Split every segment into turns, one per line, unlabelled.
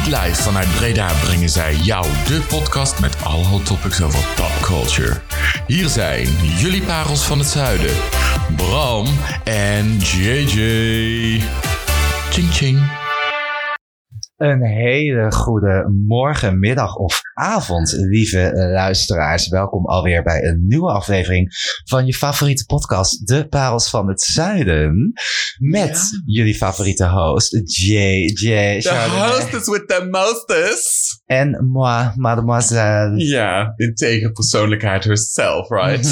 Live vanuit Breda brengen zij jou de podcast met alle hot topics over popculture. Hier zijn jullie parels van het zuiden, Bram en JJ. Ching ching.
Een hele goede morgen, middag of avond, lieve luisteraars. Welkom alweer bij een nieuwe aflevering van je favoriete podcast, De Parels van het Zuiden. Met jullie favoriete host, JJ.
The hostess with the mostest.
En moi, mademoiselle.
Ja, in tegenpersoonlijkheid herself, right?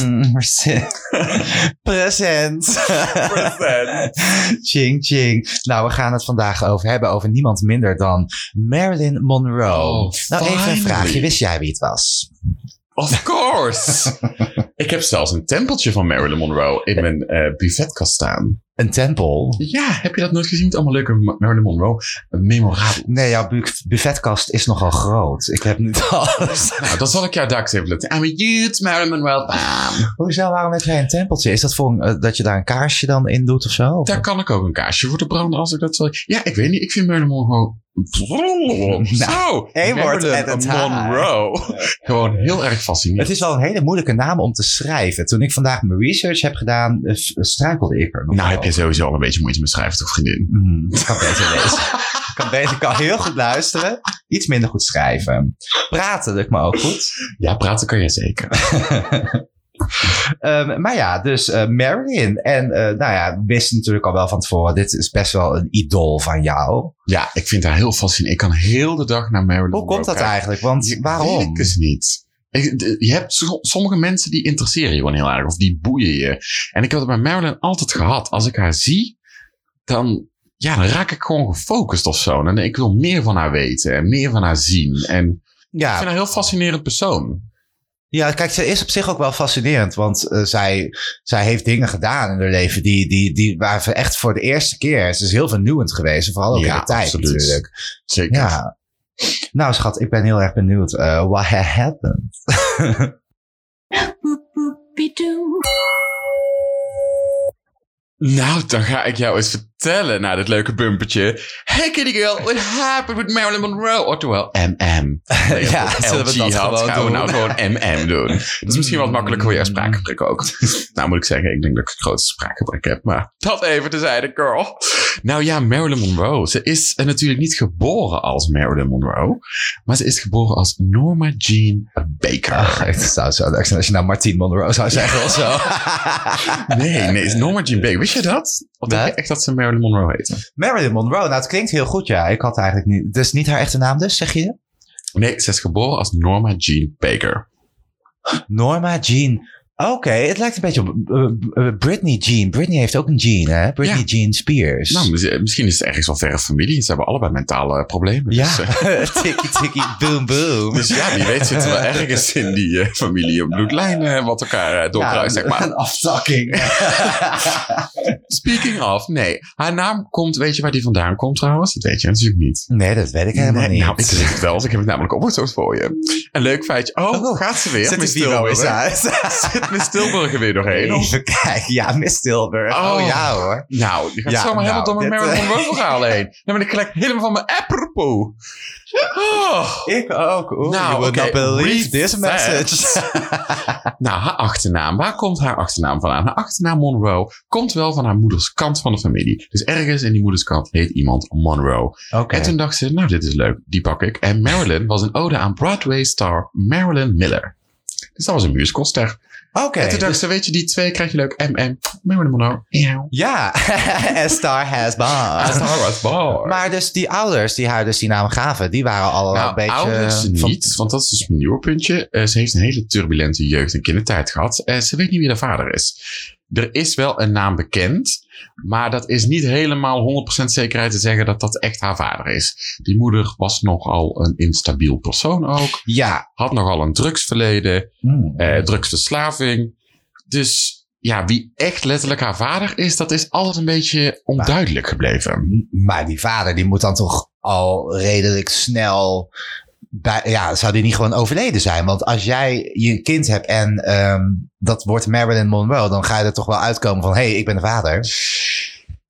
Present.
Present.
Ching ching. Nou, we gaan het vandaag hebben over niemand minder dan Marilyn Monroe.
Oh,
nou, even
finally.
een vraagje. Wist jij wie het was?
Of course. Ik heb zelfs een tempeltje van Marilyn Monroe in mijn buffetkast staan.
Een tempel?
Ja, heb je dat nooit gezien? Het allemaal leuke Marilyn Monroe memorabel.
Nee, jouw buffetkast is nogal groot. Ik heb niet alles.
Nou, dan zal ik jou daar even laten. I'm a huge Marilyn Monroe fan.
Hoezo, waarom heb jij een tempeltje? Is dat voor dat je daar een kaarsje dan in doet of zo? Of?
Daar kan ik ook een kaarsje voor te branden als ik dat wil. Ja, ik weet niet. Ik vind Marilyn Monroe... Zo!
één woord at a time.
Monroe. Gewoon heel erg fascinerend.
Het is wel een hele moeilijke naam om te schrijven. Toen ik vandaag mijn research heb gedaan, struikelde ik er nog
Nou, heb je sowieso al een beetje moeite met schrijven, toch, vriendin?
Ik kan beter lezen. Ik kan heel goed luisteren. Iets minder goed schrijven. Praten lukt me ook goed.
Ja, praten kan je zeker.
Maar ja, dus Marilyn. En nou ja, wist natuurlijk al wel van tevoren. Dit is best wel een idool van jou.
Ja, ik vind haar heel fascinerend. Ik kan heel de dag naar Marilyn Monroe
Hoe komt dat
kijken.
eigenlijk? Want waarom?
Weet ik dus niet. Je hebt sommige mensen die interesseren je gewoon heel erg. Of die boeien je. En ik heb het bij Marilyn altijd gehad. Als ik haar zie, dan raak ik gewoon gefocust of zo. En ik wil meer van haar weten. En meer van haar zien. En ik vind haar een heel fascinerend persoon.
Ja, kijk, ze is op zich ook wel fascinerend. Want zij heeft dingen gedaan in haar leven die waren echt voor de eerste keer. Ze is heel vernieuwend geweest. Vooral ook in de tijd
absoluut.
natuurlijk.
Zeker.
Ja. Nou schat, ik ben heel erg benieuwd. What happened?
Nou, dan ga ik jou eens vertellen na dit leuke bumpertje. Hey kitty girl, what happened with Marilyn Monroe? Oftewel MM. Nee,
Ja, zullen we dat gewoon
gaan we
doen?
nou gewoon MM doen. Dat is misschien wat makkelijker voor jouw spraakgebrek ook. Nou moet ik zeggen, ik denk dat ik het grootste spraakgebrek heb. Maar dat even tezijde, girl. Nou ja, Marilyn Monroe. Ze is natuurlijk niet geboren als Marilyn Monroe. Maar ze is geboren als Norma Jean Baker.
Het zou zo leuk zijn als je nou Martine Monroe zou zeggen of zo.
Nee, het is Norma Jean Baker. Wist je dat? Of denk je echt dat ze Marilyn Monroe heette?
Marilyn Monroe, nou het klinkt heel goed, ja. Ik had eigenlijk niet... Dus niet haar echte naam dus, zeg je?
Nee, ze is geboren als Norma Jean Baker.
Norma Jean... Oké, het lijkt een beetje op Britney Jean. Britney heeft ook een Jean, hè? Britney Jean Spears.
Nou, misschien is het ergens wel verre familie. Ze hebben allebei mentale problemen.
Ja,
Dus,
tikkie tikkie boom boom.
dus ja, wie weet zitten we ergens in die familie een bloedlijn wat elkaar doorkruist, zeg maar.
Een aftakking.
Speaking of, nee. Haar naam komt, weet je waar die vandaan komt trouwens? Dat weet je natuurlijk niet.
Nee, dat weet ik helemaal niet.
Nou, ik weet het wel, want ik heb het namelijk opgezocht voor je. Een leuk feitje. Oh, gaat ze weer?
Zet
Miss
die Bibo eens
Tilburg.
uit.
Zit Miss Tilburg er weer doorheen? Of?
Even kijken. Ja, Miss Tilburg. Oh ja hoor.
Nou, je gaat
Ja,
zomaar helemaal door mijn
dit,
Marilyn Monroe verhaal heen. Dan ben ik gelijk helemaal van mijn apropos. Oh.
Ik ook. Oeh,
Nou,
you would
oké,
not believe
read
this
that.
message.
Nou, haar achternaam. Waar komt haar achternaam vandaan? Haar achternaam Monroe komt wel van haar moeders kant van de familie. Dus ergens in die moeders kant heet iemand Monroe.
Oké.
En toen dacht ze, nou dit is leuk, die pak ik. En Marilyn was een ode aan Broadway-star Marilyn Miller. Dus dat was een musicalster.
Oké.
En toen dacht ze, weet je, die twee krijg je leuk. Marilyn Monroe.
Ja, A Star Has Born.
A Star Was Born.
Maar dus die ouders die haar dus die naam gaven, die waren al
Nou,
een beetje...
ouders niet, want dat is dus mijn nieuwe puntje. Ze heeft een hele turbulente jeugd- en kindertijd gehad. Ze weet niet wie haar vader is. Er is wel een naam bekend, maar dat is niet helemaal 100% zekerheid te zeggen dat dat echt haar vader is. Die moeder was nogal een instabiel persoon ook.
Ja.
Had nogal een drugsverleden, drugsverslaving. Dus ja, wie echt letterlijk haar vader is, dat is altijd een beetje onduidelijk gebleven.
Maar die vader, die moet dan toch al redelijk snel... zou die niet gewoon overleden zijn? Want als jij je kind hebt en dat wordt Marilyn Monroe, dan ga je er toch wel uitkomen van, hey, ik ben de vader.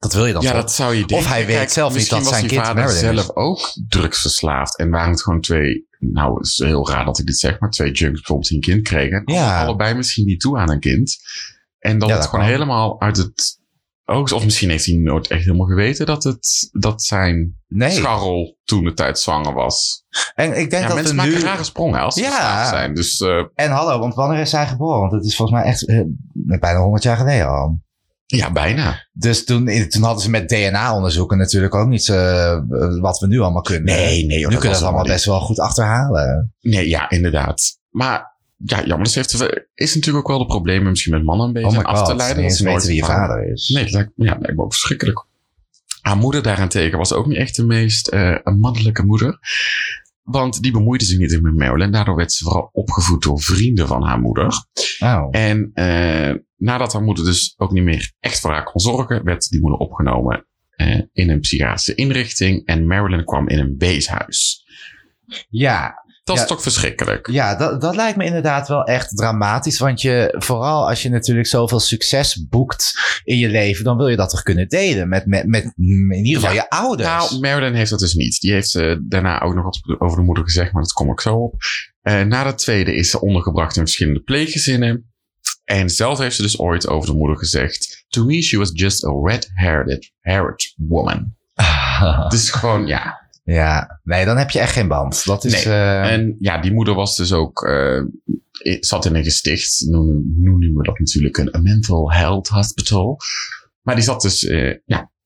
Dat wil je dan
Ja,
toch?
dat zou je denken.
Of hij weet zelf niet dat zijn kind
Marilyn
Marilyn is.
zelf ook drugsverslaafd. En waren het gewoon twee... Nou, het is heel raar dat ik dit zeg, maar twee junks bijvoorbeeld die een kind kregen.
Ja.
Allebei misschien niet toe aan een kind. En dat
Ja,
het
dat
gewoon
kan.
helemaal uit het oog... Of misschien heeft hij nooit echt helemaal geweten dat zijn scharrel toen de tijd zwanger was.
En ik denk
Ja,
dat
mensen
we
maken
nu...
rare sprongen als ze verslaafd zijn. Dus
En hallo, want wanneer is hij geboren? Want het is volgens mij echt bijna 100 jaar geleden al.
ja, bijna.
Dus toen hadden ze met DNA-onderzoeken natuurlijk ook niet wat we nu allemaal kunnen.
Nee,
nu
dat
kunnen we
was
het allemaal
niet.
best wel goed achterhalen.
Nee, ja, inderdaad. Maar ja, jammer. Dus is natuurlijk ook wel de problemen misschien met mannen een beetje af te leiden.
niet
Dat ze
eens
nooit
weten wie je
van-
vader is.
Nee, dat lijkt me ook verschrikkelijk. Haar moeder daarentegen was ook niet echt de meest een mannelijke moeder. Want die bemoeide zich niet met Marilyn. Daardoor werd ze vooral opgevoed door vrienden van haar moeder.
Oh.
En nadat haar moeder dus ook niet meer echt voor haar kon zorgen, werd die moeder opgenomen in een psychiatrische inrichting. En Marilyn kwam in een weeshuis.
Ja,
Dat
Ja.
is toch verschrikkelijk?
ja dat lijkt me inderdaad wel echt dramatisch. Want vooral als je natuurlijk zoveel succes boekt in je leven, dan wil je dat toch kunnen delen met in ieder geval je ouders.
Nou, Marilyn heeft dat dus niet. Die heeft daarna ook nog wat over de moeder gezegd, maar dat kom ik zo op. Na de tweede is ze ondergebracht in verschillende pleeggezinnen. En zelf heeft ze dus ooit over de moeder gezegd: To me, she was just a red-haired woman. Dus gewoon, ja.
Ja, nee, dan heb je echt geen band. Dat is...
Nee. En ja, die moeder was dus ook... zat in een gesticht. Noemen we dat natuurlijk een mental health hospital. Maar die zat dus in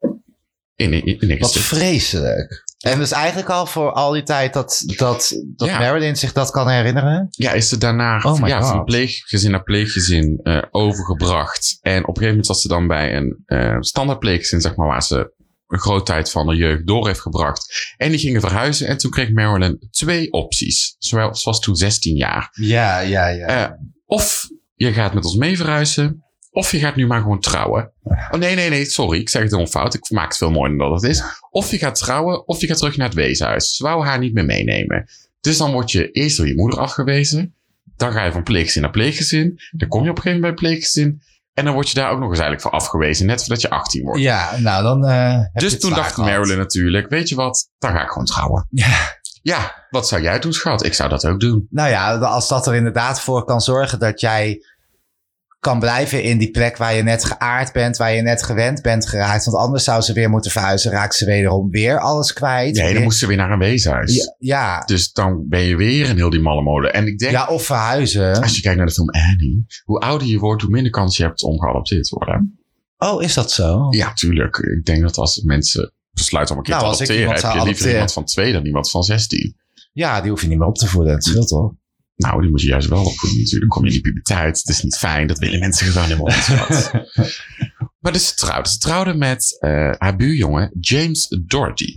een
Wat
gesticht.
vreselijk. En dus eigenlijk al voor al die tijd dat
Ja.
Marilyn zich dat kan herinneren?
Ja, is ze daarna
Oh my
van
God.
pleeggezin naar pleeggezin overgebracht. En op een gegeven moment was ze dan bij een standaard pleeggezin, zeg maar, waar ze een groot tijd van de jeugd door heeft gebracht. En die gingen verhuizen. En toen kreeg Marilyn 2 opties. Ze was toen 16 jaar.
Ja.
Of je gaat met ons mee verhuizen, of je gaat nu maar gewoon trouwen. Oh nee, sorry, ik zeg het helemaal fout. Ik maak het veel mooier dan dat het is. Of je gaat trouwen, of je gaat terug naar het weeshuis. Ze wou haar niet meer meenemen. Dus dan word je eerst door je moeder afgewezen. Dan ga je van pleeggezin naar pleeggezin. Dan kom je op een gegeven moment bij pleeggezin. En dan word je daar ook nog eens eigenlijk voor afgewezen. Net voordat je 18 wordt.
Ja, nou dan heb je
Dus
het
toen
zwaar
dacht
gehad.
Marilyn natuurlijk, weet je wat, dan ga ik gewoon trouwen.
Ja.
Ja, wat zou jij doen, schat? Ik zou dat ook doen.
Nou ja, als dat er inderdaad voor kan zorgen dat jij kan blijven in die plek waar je net geaard bent, waar je net gewend bent geraakt. Want anders zou ze weer moeten verhuizen, raakt ze wederom weer alles kwijt.
Nee, dan moest ze weer naar een weeshuis.
Ja.
Dus dan ben je weer in heel die malle mode. En ik denk,
Ja, of verhuizen.
als je kijkt naar de film Annie, hoe ouder je wordt, hoe minder kans je hebt om geadopteerd te worden.
Oh, is dat zo?
Ja, tuurlijk. Ik denk dat als mensen besluiten om een kind
Nou,
te
als ik
adopteren,
iemand
heb je
zou
liever
adopteren.
iemand van 2 dan iemand van 16.
Ja, die hoef je niet meer op te voeden. Dat scheelt toch?
Nou, die moet je juist wel opvoeden natuurlijk. Dan kom je in die puberteit. Het is niet fijn. Dat willen mensen gewoon helemaal niet. Schat. Maar dus ze trouwde met haar buurjongen James Doherty.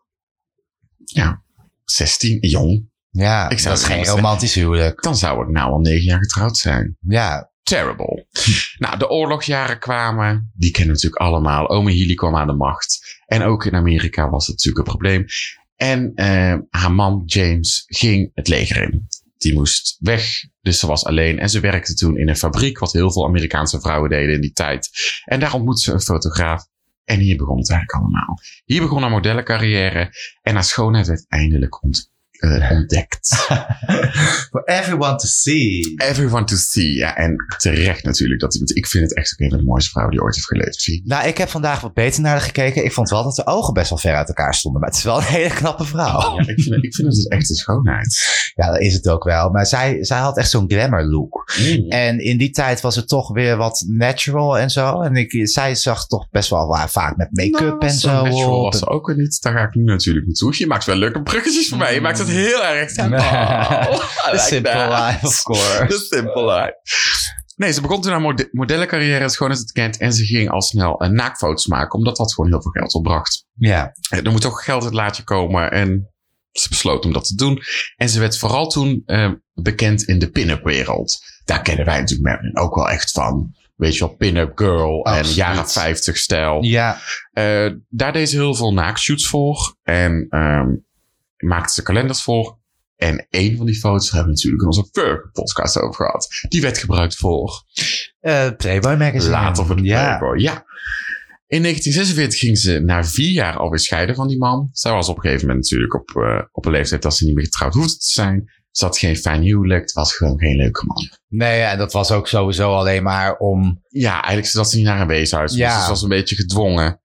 Ja, 16, jong.
Ja,
Ik zou
dat is
het
geen
niet
romantisch huwelijk.
Dan zou ik nou al 9 jaar getrouwd zijn.
Ja,
Terrible. Nou, de oorlogsjaren kwamen. Die kennen we natuurlijk allemaal. Ome Healy kwam aan de macht. En ook in Amerika was het natuurlijk een probleem. En haar man James ging het leger in. Die moest weg. Dus ze was alleen. En ze werkte toen in een fabriek. Wat heel veel Amerikaanse vrouwen deden in die tijd. En daar ontmoette ze een fotograaf. En hier begon het eigenlijk allemaal. Hier begon haar modellencarrière. En haar schoonheid werd eindelijk ontdekt.
for everyone to see.
Everyone to see. Ja, en terecht natuurlijk. Ik vind het echt ook een van de mooiste vrouwen die ooit heeft geleefd. Zie.
Nou, ik heb vandaag wat beter naar haar gekeken. Ik vond wel dat de ogen best wel ver uit elkaar stonden. Maar het is wel een hele knappe vrouw.
Ja, ik vind het dus echt een schoonheid.
Ja, dat is het ook wel. Maar zij had echt zo'n glamour look. En in die tijd was het toch weer wat natural en zo. En zij zag toch best wel vaak met make-up en zo.
Natural was ze ook weer niet. Daar ga ik nu natuurlijk naartoe. Je maakt wel leuke bruggetjes voor mij. Je maakt het heel erg.
The simple life, of course.
The simple life. Nee, ze begon toen haar modellencarrière, schoonheid ontkend. En ze ging al snel naaktfoto's maken. Omdat dat gewoon heel veel geld opbracht.
Ja.
Er moet ook geld uit het laadje komen. En ze besloot om dat te doen. En ze werd vooral toen bekend in de pin-up wereld. Daar kennen wij natuurlijk Marilyn ook wel echt van. Weet je wel, pin-up girl
Absoluut.
en jaren 50 stijl.
Ja.
Daar deed ze heel veel naaktshoots voor. En maakte ze kalenders voor. En een van die foto's hebben we natuurlijk in onze vorige podcast over gehad. Die werd gebruikt voor
Playboy magazine.
later voor de Playboy. Ja. In 1946 ging ze na 4 jaar alweer scheiden van die man. Zij was op een gegeven moment natuurlijk op een leeftijd dat ze niet meer getrouwd hoefde te zijn. Ze had geen fijn huwelijk. Het was gewoon geen leuke man.
Nee, en dat was ook sowieso alleen maar om...
Ja, eigenlijk zodat ze niet naar een weeshuis moest. Dus ze was een beetje gedwongen.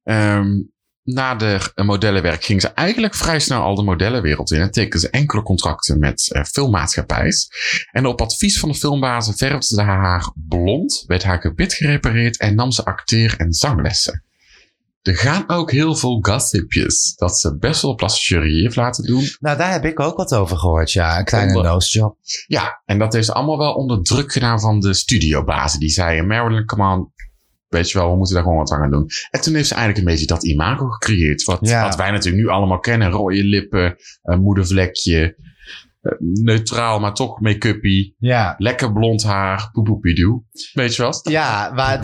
Na de modellenwerk ging ze eigenlijk vrij snel al de modellenwereld in. En tekende ze enkele contracten met filmmaatschappijen. En op advies van de filmbazen verfde ze haar haar blond, werd haar gebit gerepareerd en nam ze acteer- en zanglessen. Er gaan ook heel veel gossipjes dat ze best wel plastische chirurgie heeft laten doen.
Nou, daar heb ik ook wat over gehoord, ja. Een kleine nosejob.
Ja, en dat heeft ze allemaal wel onder druk gedaan van de studiobazen. Die zeiden, Marilyn, come on, weet je wel, we moeten daar gewoon wat aan gaan doen. En toen heeft ze eigenlijk een beetje dat imago gecreëerd. Wat wij natuurlijk nu allemaal kennen. Rode lippen, moedervlekje. Neutraal, maar toch make-uppie. Ja. Lekker blond haar. Poepoepiedoe. Weet je wat?
Ja, maar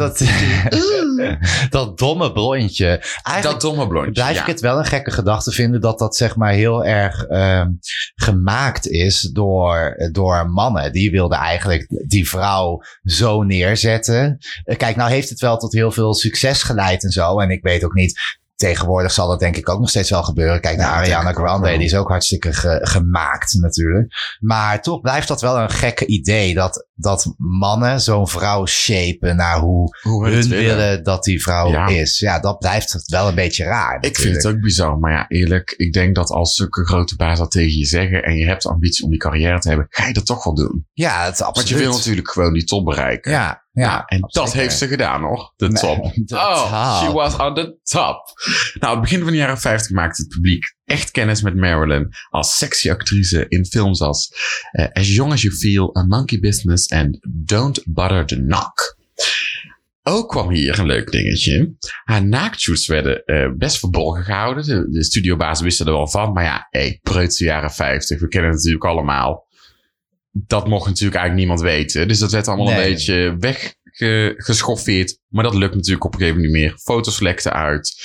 dat domme blondje.
Dat domme blondje,
blijf ik het wel een gekke gedachte vinden dat zeg maar heel erg gemaakt is door mannen. Die wilden eigenlijk die vrouw zo neerzetten. Kijk, nou heeft het wel tot heel veel succes geleid en zo. En ik weet ook niet... Tegenwoordig zal dat denk ik ook nog steeds wel gebeuren. Kijk naar Ariana Grande, die is ook hartstikke gemaakt natuurlijk. Maar toch blijft dat wel een gekke idee dat mannen zo'n vrouw shapen naar hoe hun willen dat die vrouw is. Ja, dat blijft wel een beetje raar. Natuurlijk.
Ik vind het ook bizar. Maar ja, eerlijk, ik denk dat als zulke grote baas dat tegen je zeggen en je hebt de ambitie om die carrière te hebben, ga je dat toch wel doen.
Ja, het is absoluut.
Want je wil natuurlijk gewoon die top bereiken. Ja, en dat heeft ze gedaan, hoor. De top. She was on the top. Nou, het begin van de jaren 50 maakte het publiek echt kennis met Marilyn als sexy actrice in films als As Young As You Feel, A Monkey Business en Don't Butter the Knock. Ook kwam hier een leuk dingetje. Haar naaktshoots werden best verborgen gehouden. De studiobazen wisten er wel van. Maar ja, preutse jaren 50. We kennen het natuurlijk allemaal. Dat mocht natuurlijk eigenlijk niemand weten. Dus dat werd allemaal een beetje weggeschoffeerd. Maar dat lukt natuurlijk op een gegeven moment niet meer. Foto's lekten uit.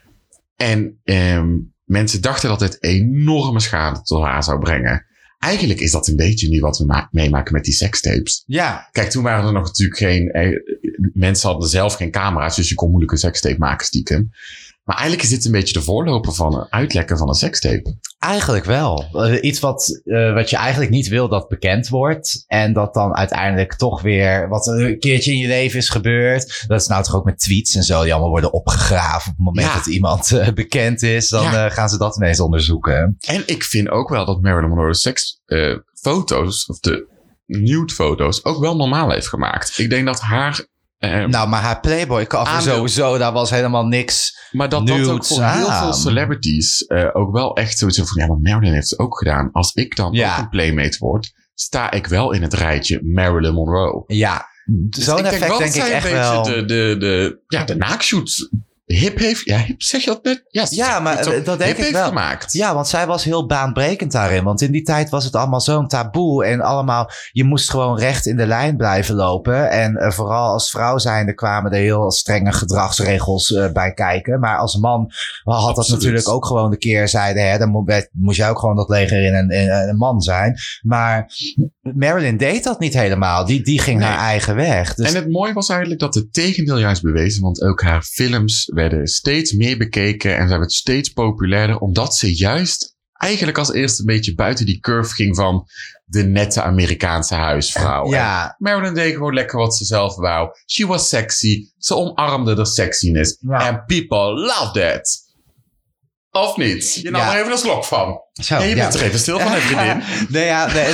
En mensen dachten dat dit enorme schade tot haar zou brengen. Eigenlijk is dat een beetje nu wat we meemaken met die sekstapes. Ja. Kijk, toen waren er nog natuurlijk geen... mensen hadden zelf geen camera's, dus je kon moeilijk een sekstape maken stiekem. Maar eigenlijk is dit een beetje de voorloper van een uitlekken van een sekstape.
Eigenlijk wel. Iets wat je eigenlijk niet wil dat bekend wordt. En dat dan uiteindelijk toch weer wat een keertje in je leven is gebeurd. Dat is nou toch ook met tweets en zo. Die allemaal worden opgegraven op het moment dat iemand bekend is. Dan gaan ze dat ineens onderzoeken.
En ik vind ook wel dat Marilyn Monroe de seksfoto's, of de nude foto's, ook wel normaal heeft gemaakt. Ik denk dat haar...
maar haar Playboy cover sowieso, daar was helemaal niks.
Maar dat ook voor heel veel celebrities ook wel echt zoiets van... Ja, maar Marilyn heeft het ook gedaan. Als ik dan ook een playmate word, sta ik wel in het rijtje Marilyn Monroe.
Ja,
dus zo'n effect denk ik echt wel. De naakshoot hip heeft... Ja, hip zeg je dat net?
Ja, maar dat denk ik wel.
Gemaakt.
Ja, want zij was heel baanbrekend daarin. Want in die tijd was het allemaal zo'n taboe. En allemaal, je moest gewoon recht in de lijn blijven lopen. En vooral als vrouw zijnde kwamen er heel strenge gedragsregels bij kijken. Maar als man had dat natuurlijk ook gewoon de keerzijde. Hè? Dan moest jij ook gewoon dat leger in een man zijn. Maar Marilyn deed dat niet helemaal. Die ging haar eigen weg. Dus...
En het mooie was eigenlijk dat het tegendeel juist bewezen. Want ook haar films werden steeds meer bekeken en zij werd steeds populairder, omdat ze juist eigenlijk als eerste een beetje buiten die curve ging van de nette Amerikaanse huisvrouw. Ja. Marilyn deed gewoon lekker wat ze zelf wou. She was sexy. Ze omarmde de sexiness. And people love that. Of niet? Je nam er even een slok van. Zo, je bent er even stil van, vriendin.
Nee.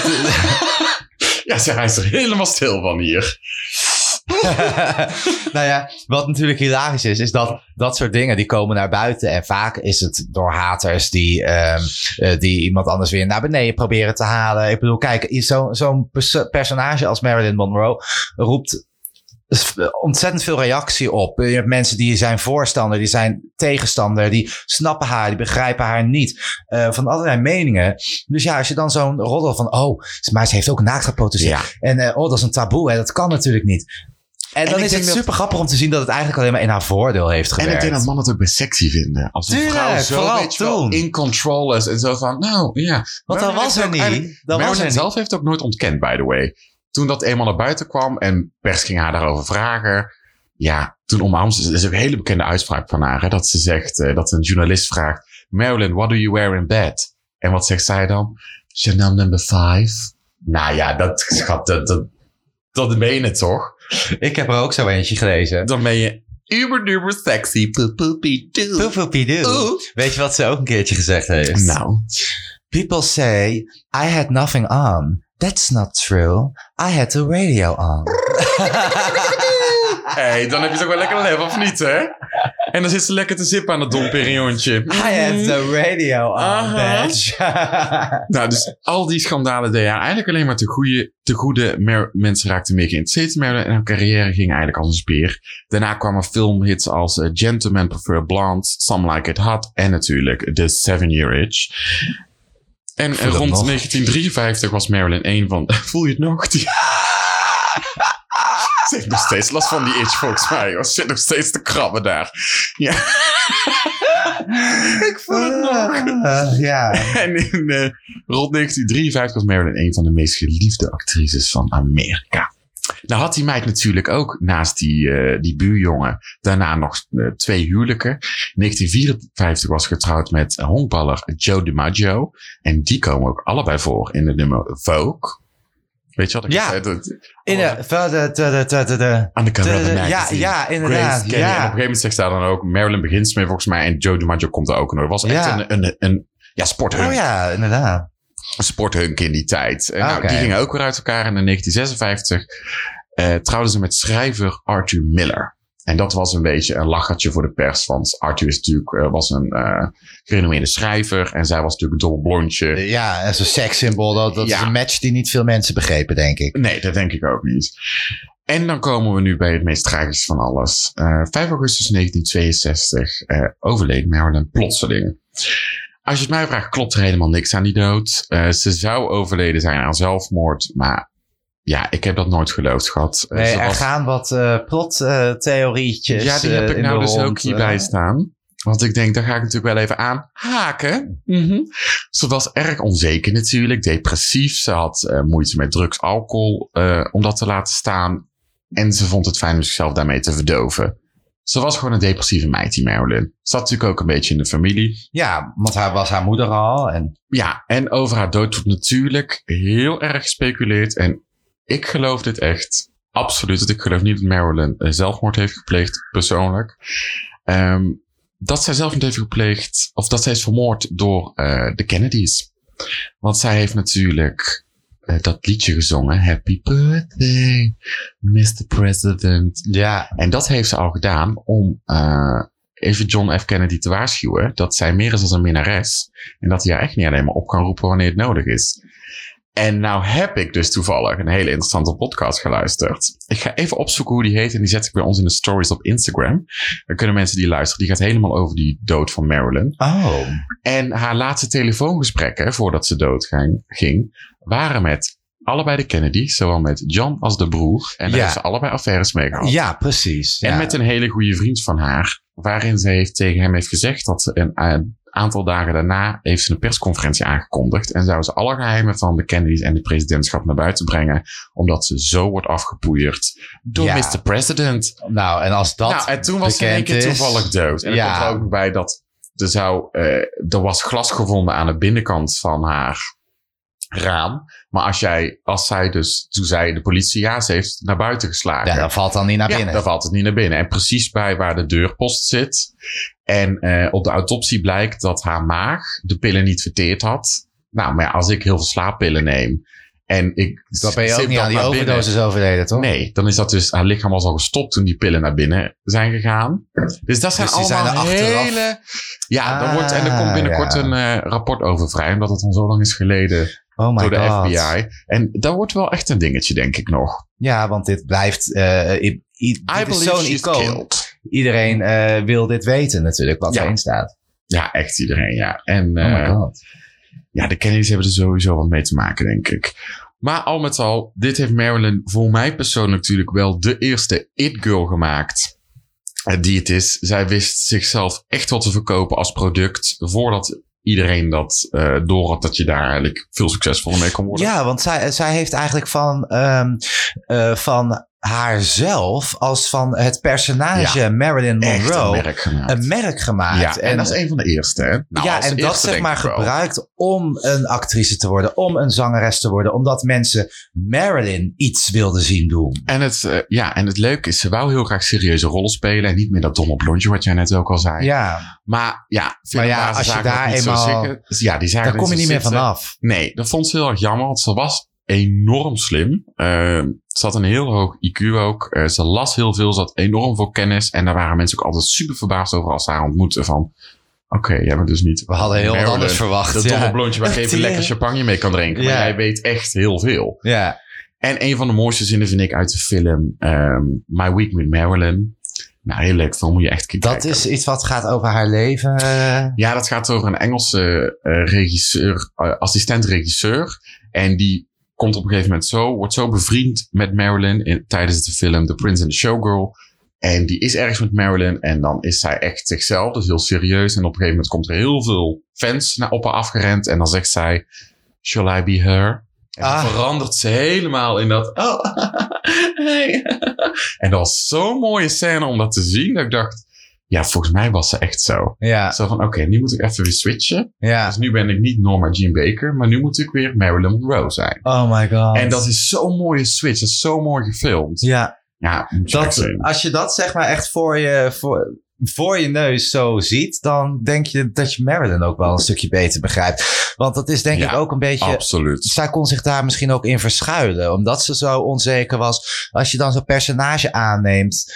Ja, hij is er helemaal stil van hier.
Nou ja, wat natuurlijk hilarisch is dat soort dingen die komen naar buiten. En vaak is het door haters die iemand anders weer naar beneden proberen te halen. Ik bedoel, kijk, zo'n personage als Marilyn Monroe roept ontzettend veel reactie op. Je hebt mensen die zijn voorstander, die zijn tegenstander, die snappen haar, die begrijpen haar niet. Van allerlei meningen. Dus ja, als je dan zo'n roddel van, maar ze heeft ook naakt geprotesteerd. Ja. En dat is een taboe, hè, dat kan natuurlijk niet. En dan is het super grappig om te zien dat het eigenlijk alleen maar in haar voordeel heeft gewerkt.
En ik denk dat mannen het ook best sexy vinden. Als een vrouw zo weet je wel, in control is en zo van, nou ja.
Want dat was er niet.
Marilyn zelf heeft het ook nooit ontkend, by the way. Toen dat eenmaal naar buiten kwam en pers ging haar daarover vragen, Ja, toen omarmde ze. Dat is ook een hele bekende uitspraak van haar. Hè, dat ze zegt, dat een journalist vraagt... Marilyn, what do you wear in bed? En wat zegt zij dan? Chanel number 5. Nou ja, dat ben je het toch?
Ik heb er ook zo eentje gelezen.
Dan ben je uber sexy.
Poepoepidoo. Weet je wat ze ook een keertje gezegd heeft?
Nou.
People say, I had nothing on. That's not true. I had the radio on.
Hey, dan heb je toch wel lekker lef, of niet, hè? En dan zit ze lekker te zippen aan het domperiontje.
I had the radio on, bitch.
Nou, dus al die schandalen deed haar eigenlijk alleen maar te goede. Mensen raakten meer geïnteresseerd in Marilyn. En haar carrière ging eigenlijk als een speer. Daarna kwamen filmhits als Gentlemen Prefer Blondes, Some Like It Hot en natuurlijk The 7-Year Itch. En rond 1953 was Marilyn een van... Voel je het nog? Ze heeft nog steeds last van die itch, volgens mij. Ze zit nog steeds te krabben daar. Ja. Ik voel het nog.
Ja.
En rond 1953 was Marilyn een van de meest geliefde actrices van Amerika. Nou had die meid natuurlijk ook naast die buurjongen daarna nog 2 huwelijken. In 1954 was getrouwd met honkballer Joe DiMaggio. En die komen ook allebei voor in de nummer Vogue. Weet je wat ik zei? Undercover of the magazine.
Ja, inderdaad.
En op een gegeven moment zegt zij dan ook... Marilyn begint mee volgens mij en Joe DiMaggio komt er ook nog. Het was echt een sporthunk.
Oh ja, inderdaad.
Een sporthunk in die tijd. Nou, die gingen ook weer uit elkaar. En in 1956 trouwden ze met schrijver Arthur Miller. En dat was een beetje een lachertje voor de pers. Want Arthur is natuurlijk, was een gerenommeerde schrijver. En zij was natuurlijk een dobbel blondje.
Ja, en zo'n sekssymbool. Dat is een match die niet veel mensen begrepen, denk ik.
Nee, dat denk ik ook niet. En dan komen we nu bij het meest tragische van alles. 5 augustus 1962 overleed Marilyn plotseling. Als je het mij vraagt, klopt er helemaal niks aan die dood. Ze zou overleden zijn aan zelfmoord, maar... Ja, ik heb dat nooit geloofd gehad.
Nee, er gaan wat plottheorietjes.
Ja, die heb ik nou dus ook hierbij staan. Want ik denk, daar ga ik natuurlijk wel even aan haken. Mm-hmm. Ze was erg onzeker natuurlijk, depressief. Ze had moeite met drugs, alcohol, om dat te laten staan. En ze vond het fijn om zichzelf daarmee te verdoven. Ze was gewoon een depressieve meid, die Marilyn. Zat natuurlijk ook een beetje in de familie.
Ja, want was haar moeder al.
Ja, en over haar dood wordt natuurlijk heel erg gespeculeerd. En ik geloof dit echt absoluut. Ik geloof niet dat Marilyn zelfmoord heeft gepleegd, persoonlijk. Dat zij zelfmoord heeft gepleegd, of dat zij is vermoord door de Kennedys. Want zij heeft natuurlijk dat liedje gezongen. Happy birthday, Mr. President.
Ja.
En dat heeft ze al gedaan om even John F. Kennedy te waarschuwen dat zij meer is als een minnares. En dat hij haar echt niet alleen maar op kan roepen wanneer het nodig is. En nou heb ik dus toevallig een hele interessante podcast geluisterd. Ik ga even opzoeken hoe die heet en die zet ik bij ons in de stories op Instagram. Dan kunnen mensen die luisteren. Die gaat helemaal over die dood van Marilyn.
Oh.
En haar laatste telefoongesprekken voordat ze dood ging, waren met allebei de Kennedys, zowel met John als de broer. En daar heeft ze allebei affaires mee gehad.
Ja, precies. Ja.
En met een hele goede vriend van haar, waarin ze tegen hem heeft gezegd dat een aantal dagen daarna heeft ze een persconferentie aangekondigd. En zou ze alle geheimen van de Kennedys en de presidentschap naar buiten brengen. Omdat ze zo wordt afgepoeierd door Mr. President.
Nou, en als dat
en toen was ze in één keer toevallig dood. En er komt er ook bij dat er was glas gevonden aan de binnenkant van haar raam. Maar toen zei de politie, ze heeft naar buiten geslagen.
Ja, dat valt dan niet naar binnen.
Ja, dan valt het niet naar binnen. En precies bij waar de deurpost zit. En op de autopsie blijkt dat haar maag de pillen niet verteerd had. Nou, maar als ik heel veel slaappillen neem en
dan ben je ook niet aan die overdosis overleden, toch?
Nee, dan is dat dus, haar lichaam was al gestopt toen die pillen naar binnen zijn gegaan. Dus dat zijn allemaal hele... Ja, er komt binnenkort een rapport over vrij, omdat het al zo lang is geleden door de FBI. En dat wordt wel echt een dingetje, denk ik nog.
Ja, want dit blijft...
I believe
zo'n
she's
icoon.
killed.
Iedereen wil dit weten natuurlijk, wat erin staat.
Ja, echt iedereen, ja. En
oh my god.
Ja, de Kennedys hebben er sowieso wat mee te maken, denk ik. Maar al met al, dit heeft Marilyn voor mij persoonlijk natuurlijk wel de eerste it-girl gemaakt die het is. Zij wist zichzelf echt wat te verkopen als product voordat iedereen dat door had dat je daar eigenlijk veel succesvoller mee kon worden.
Ja, want zij heeft eigenlijk van haarzelf als van het personage Marilyn Monroe een merk gemaakt.
Ja, en dat is een van de eerste. Hè?
Nou, ja, en dat zeg maar gebruikt om een actrice te worden, om een zangeres te worden, omdat mensen Marilyn iets wilden zien doen.
En het leuke is, ze wou heel graag serieuze rollen spelen en niet meer dat domme blondje wat jij net ook al zei.
Ja.
Maar
als je daar eenmaal... daar kom je niet meer vanaf.
Nee, dat vond ze heel erg jammer, want ze was enorm slim. Ze had een heel hoog IQ ook. Ze las heel veel, ze had enorm veel kennis. En daar waren mensen ook altijd super verbaasd over als ze haar ontmoetten van... Oké, jij bent dus niet...
We hadden heel wat anders verwacht.
Dat domme blondje waar je even lekker champagne mee kan drinken. Maar jij weet echt heel veel.
Ja.
En een van de mooiste zinnen vind ik uit de film My Week with Marilyn. Nou, heel leuk film, moet je echt kijken.
Dat is iets wat gaat over haar leven?
Ja, dat gaat over een Engelse regisseur, assistent-regisseur. En die komt op een gegeven moment wordt zo bevriend met Marilyn tijdens de film The Prince and the Showgirl. En die is ergens met Marilyn en dan is zij echt zichzelf, dus heel serieus. En op een gegeven moment komt er heel veel fans op haar afgerend en dan zegt zij, shall I be her? En dan verandert ze helemaal in dat... Hey. En dat was zo'n mooie scène om dat te zien. Dat ik dacht... Ja, volgens mij was ze echt zo.
Ja.
Zo van, oké, nu moet ik even weer switchen.
Ja.
Dus nu ben ik niet Norma Jean Baker. Maar nu moet ik weer Marilyn Monroe zijn.
Oh my god.
En dat is zo'n mooie switch. Dat is zo mooi gefilmd.
Ja.
Ja, moet je echt zien.
Als je dat zeg maar echt voor je neus zo ziet, dan denk je dat je Marilyn ook wel een stukje beter begrijpt. Want dat is denk ik ook een beetje...
Absoluut.
Zij kon zich daar misschien ook in verschuilen, omdat ze zo onzeker was. Als je dan zo'n personage aanneemt,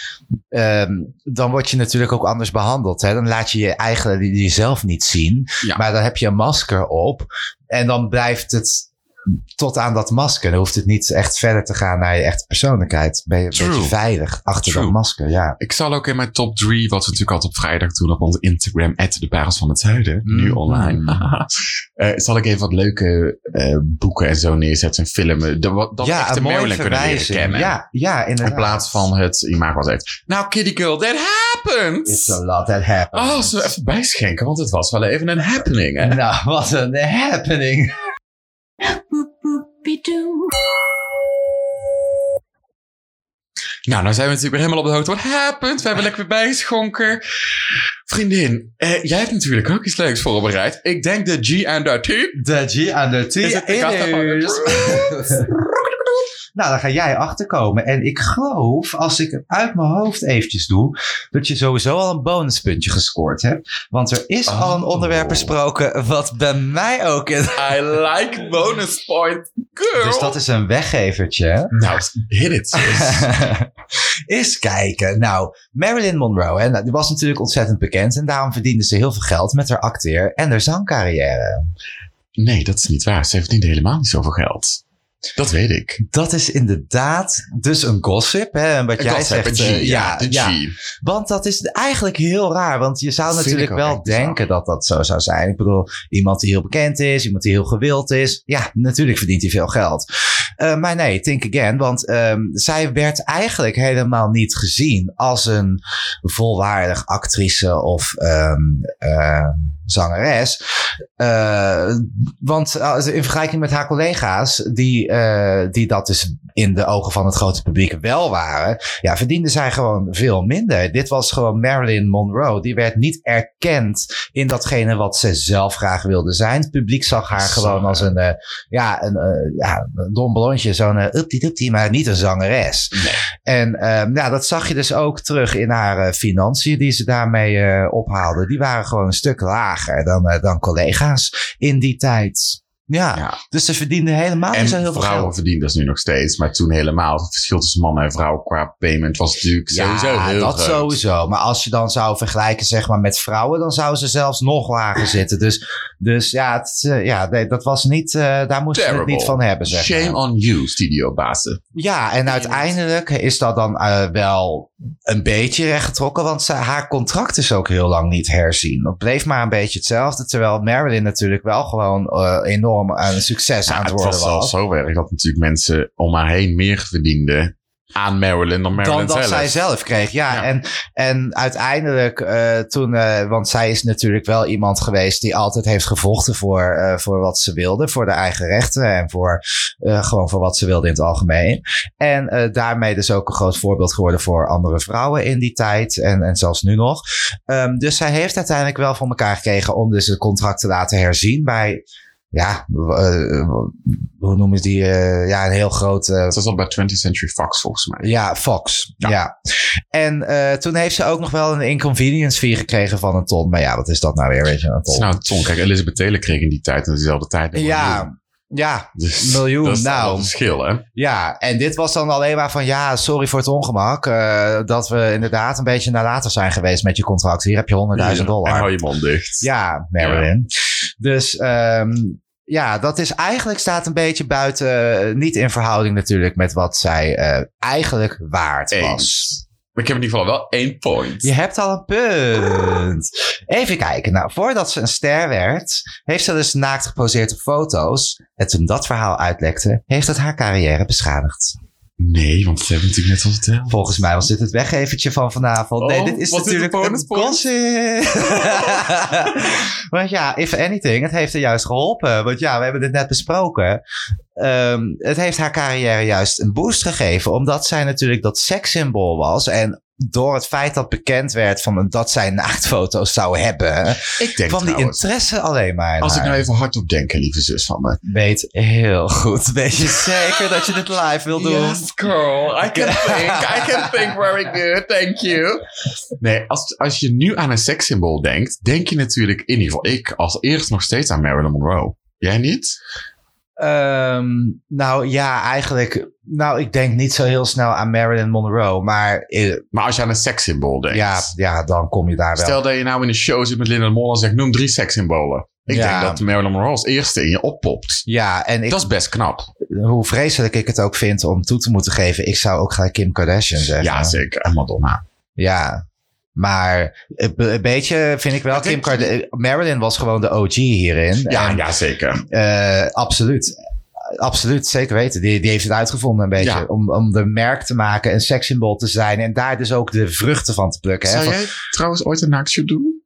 dan word je natuurlijk ook anders behandeld. Hè? Dan laat je eigenlijk jezelf niet zien, maar dan heb je een masker op en dan blijft het tot aan dat masker. Dan hoeft het niet echt verder te gaan naar je echte persoonlijkheid. Ben je een beetje veilig achter dat masker, ja.
Ik zal ook in mijn top 3, wat we natuurlijk altijd op vrijdag doen op onze Instagram, @de Parels van het Zuiden, nu online. Zal ik even wat leuke boeken en zo neerzetten en filmen. Dat we echt de Marilyn kunnen leren kennen.
Ja, inderdaad.
In plaats van het imago wat heeft. Nou, Kitty Girl, that happened.
It's a lot that happens.
Oh, zullen we even bijschenken, want het was wel even een happening, hè?
Nou, wat een happening.
Nou zijn we natuurlijk weer helemaal op de hoogte. What happened? We hebben lekker weer bijgeschonken. Vriendin, jij hebt natuurlijk ook iets leuks voorbereid. Ik denk de G and the T.
De G and the T
is
is... Nou, daar ga jij achterkomen. En ik geloof, als ik het uit mijn hoofd eventjes doe, dat je sowieso al een bonuspuntje gescoord hebt. Want er is al een onderwerp besproken wat bij mij ook is.
I like bonus point, girl.
Dus dat is een weggevertje.
Nou, hit it.
Eens kijken. Nou, Marilyn Monroe, hè, die was natuurlijk ontzettend bekend. En daarom verdiende ze heel veel geld met haar acteer- en haar zangcarrière.
Nee, dat is niet waar. Ze verdiende helemaal niet zoveel geld. Dat weet ik.
Dat is inderdaad dus een gossip. Hè? Wat jij zegt.
De G.
Want dat is eigenlijk heel raar. Want je zou natuurlijk wel denken dat dat zo zou zijn. Ik bedoel, iemand die heel bekend is. Iemand die heel gewild is. Ja, natuurlijk verdient hij veel geld. Maar nee, think again. Want zij werd eigenlijk helemaal niet gezien als een volwaardig actrice of zangeres. Want in vergelijking met haar collega's die dat dus in de ogen van het grote publiek wel waren, ja, verdiende zij gewoon veel minder. Dit was gewoon Marilyn Monroe. Die werd niet erkend in datgene wat ze zelf graag wilde zijn. Het publiek zag haar gewoon als een dom blondje, zo'n uptie, maar niet een zangeres. Nee. En dat zag je dus ook terug in haar financiën die ze daarmee ophaalde. Die waren gewoon een stuk lager dan collega's in die tijd. Ja, dus ze verdienden helemaal niet zo heel veel geld.
Vrouwen verdienen dat nu nog steeds. Maar toen helemaal. Het verschil tussen mannen en vrouwen qua payment was natuurlijk sowieso heel groot.
Sowieso. Maar als je dan zou vergelijken zeg maar met vrouwen, dan zouden ze zelfs nog lager zitten. Dus dat was niet, daar moesten we het niet van hebben. Zeg maar.
Shame on you, studiobazen.
Ja, en uiteindelijk is dat dan wel een beetje rechtgetrokken. Want haar contract is ook heel lang niet herzien. Het bleef maar een beetje hetzelfde. Terwijl Marilyn natuurlijk wel gewoon enorm een succes aan het worden was.
Het was zelfs zo erg dat natuurlijk mensen om haar heen meer verdienden aan Marilyn dan Marilyn
dan dat
zelf.
zij zelf kreeg. Ja. En uiteindelijk toen... want zij is natuurlijk wel iemand geweest die altijd heeft gevochten voor wat ze wilde. Voor de eigen rechten en gewoon voor wat ze wilde in het algemeen. En daarmee dus ook een groot voorbeeld geworden voor andere vrouwen in die tijd. En zelfs nu nog. Dus zij heeft uiteindelijk wel voor elkaar gekregen om dus het contract te laten herzien bij... Ja, hoe noemen ze die? Een heel groot...
Dat was al bij 20th Century Fox volgens mij.
Ja, Fox. Ja. En toen heeft ze ook nog wel een inconvenience fee gekregen van $1 ton. Maar ja, wat is dat nou weer? Weet je, $1 ton.
Nou, ton. Kijk, Elizabeth Taylor kreeg in die tijd en dezelfde tijd een miljoen.
Ja,
dus
miljoen.
Dat is
nou,
een verschil, hè?
Ja, en dit was dan alleen maar van... sorry voor het ongemak. Dat we inderdaad een beetje nalatig zijn geweest met je contract. Hier heb je $100,000.
En hou je mond dicht.
Ja, Marilyn. Ja. Dus... dat is eigenlijk staat een beetje buiten... niet in verhouding natuurlijk met wat zij eigenlijk waard was.
Maar ik heb in ieder geval wel 1 point.
Je hebt al een punt. Even kijken. Nou, voordat ze een ster werd... heeft ze dus naakt geposeerd op foto's. En toen dat verhaal uitlekte... heeft het haar carrière beschadigd.
Nee, want dat hebben we natuurlijk net al verteld.
Volgens mij was dit het weggevertje van vanavond. Nee, dit is natuurlijk een gossip. Want ja, if anything, het heeft er juist geholpen. Want ja, we hebben dit net besproken. Het heeft haar carrière juist een boost gegeven. Omdat zij natuurlijk dat sekssymbool was. En door het feit dat bekend werd dat zij naaktfoto's zou hebben.
Ik denk
van die interesse alleen maar.
Als ik nou even hardop denk, lieve zus van me.
Weet heel goed. Weet je zeker dat je dit live wil doen?
Yes, girl. I can think very good. Thank you. Nee, als je nu aan een sekssymbool denkt, denk je natuurlijk, in ieder geval ik, als eerst nog steeds aan Marilyn Monroe. Jij niet?
Nou ja, eigenlijk... Nou, ik denk niet zo heel snel aan Marilyn Monroe, maar...
Maar als je aan een sekssymbool denkt...
Ja, dan kom je daar wel.
Stel dat je nou in een show zit met Linda de Mol en zegt, noem 3 sekssymbolen. Ik denk dat Marilyn Monroe als eerste in je oppopt. Ja, en dat is best knap.
Hoe vreselijk ik het ook vind om toe te moeten geven, ik zou ook gelijk Kim Kardashian zeggen.
Ja, zeker. En Madonna.
Ja, maar een beetje vind ik wel... Kim Kardashian... Marilyn was gewoon de OG hierin.
Ja, zeker.
Absoluut. Absoluut, zeker weten. Die heeft het uitgevonden een beetje. Ja. Om de merk te maken, een sekssymbool te zijn. En daar dus ook de vruchten van te plukken.
Zou jij trouwens ooit een naaktshoot doen?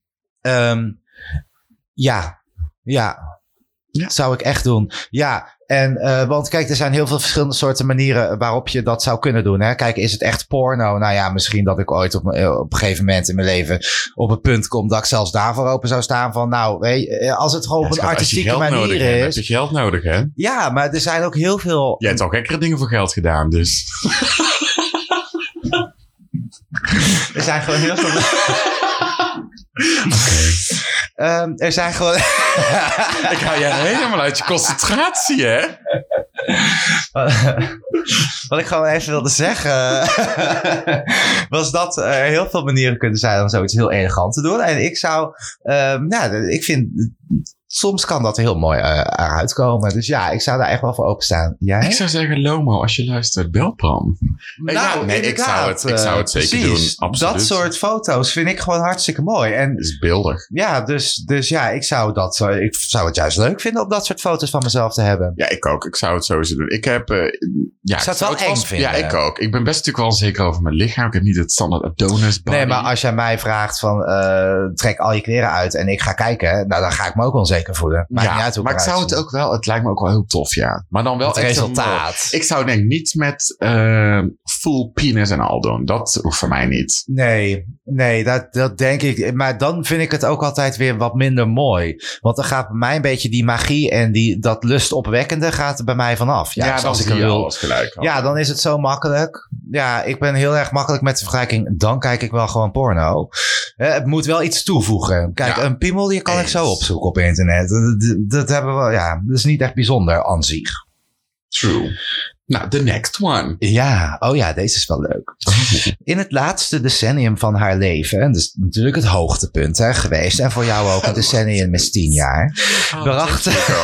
Ja. Zou ik echt doen. Ja, want kijk, er zijn heel veel verschillende soorten manieren waarop je dat zou kunnen doen. Hè? Kijk, is het echt porno? Nou ja, misschien dat ik ooit op een gegeven moment in mijn leven op een punt kom dat ik zelfs daarvoor open zou staan van, nou, weet je, als het gewoon op een artistieke manier is.
Heb je geld nodig, hè?
Ja, maar er zijn ook heel veel...
Jij hebt al gekkere dingen voor geld gedaan, dus...
Er zijn gewoon heel veel... Er zijn gewoon...
Ik haal je helemaal uit je concentratie, hè?
Wat ik gewoon even wilde zeggen... was dat er heel veel manieren kunnen zijn om zoiets heel elegant te doen. En ik zou... ik vind... Soms kan dat er heel mooi eruit komen. Dus ja, ik zou daar echt wel voor openstaan. Jij?
Ik zou zeggen, Lomo, als je luistert, bel Bram.
Nou, nee, ik zou het zeker doen. Absoluut. Dat soort foto's vind ik gewoon hartstikke mooi. En,
het is beeldig.
Ja, dus ja, ik zou het juist leuk vinden om dat soort foto's van mezelf te hebben.
Ja, ik ook. Ik zou het sowieso doen. Ik heb...
ik zou het wel eng vinden.
Ja, ik ook. Ik ben best natuurlijk wel onzeker over mijn lichaam. Ik heb niet het standaard Adonis body.
Nee, maar als jij mij vraagt van trek al je kleren uit en ik ga kijken, nou dan ga ik me ook onzeker voelen. Maakt niet uit hoe
maar ik zou het ook wel... Het lijkt me ook wel heel tof, ja. Maar dan wel
het resultaat.
Ik zou denk niet met full penis en al doen. Dat hoeft voor mij niet.
Nee, dat denk ik. Maar dan vind ik het ook altijd weer wat minder mooi. Want dan gaat bij mij een beetje die magie en dat lustopwekkende gaat er bij mij vanaf.
Ja, dan als ik wil. Alles gelijk al.
Ja, dan is het zo makkelijk. Ja, ik ben heel erg makkelijk met de vergelijking. Dan kijk ik wel gewoon porno. Het moet wel iets toevoegen. Kijk, een piemel die kan ik zo opzoeken op internet. Dat hebben we, dat is niet echt bijzonder aan zich.
True. Nou, the next one.
Ja, deze is wel leuk. In het laatste decennium van haar leven, en dus natuurlijk het hoogtepunt geweest, en voor jou ook een decennium met 10 jaar, bracht...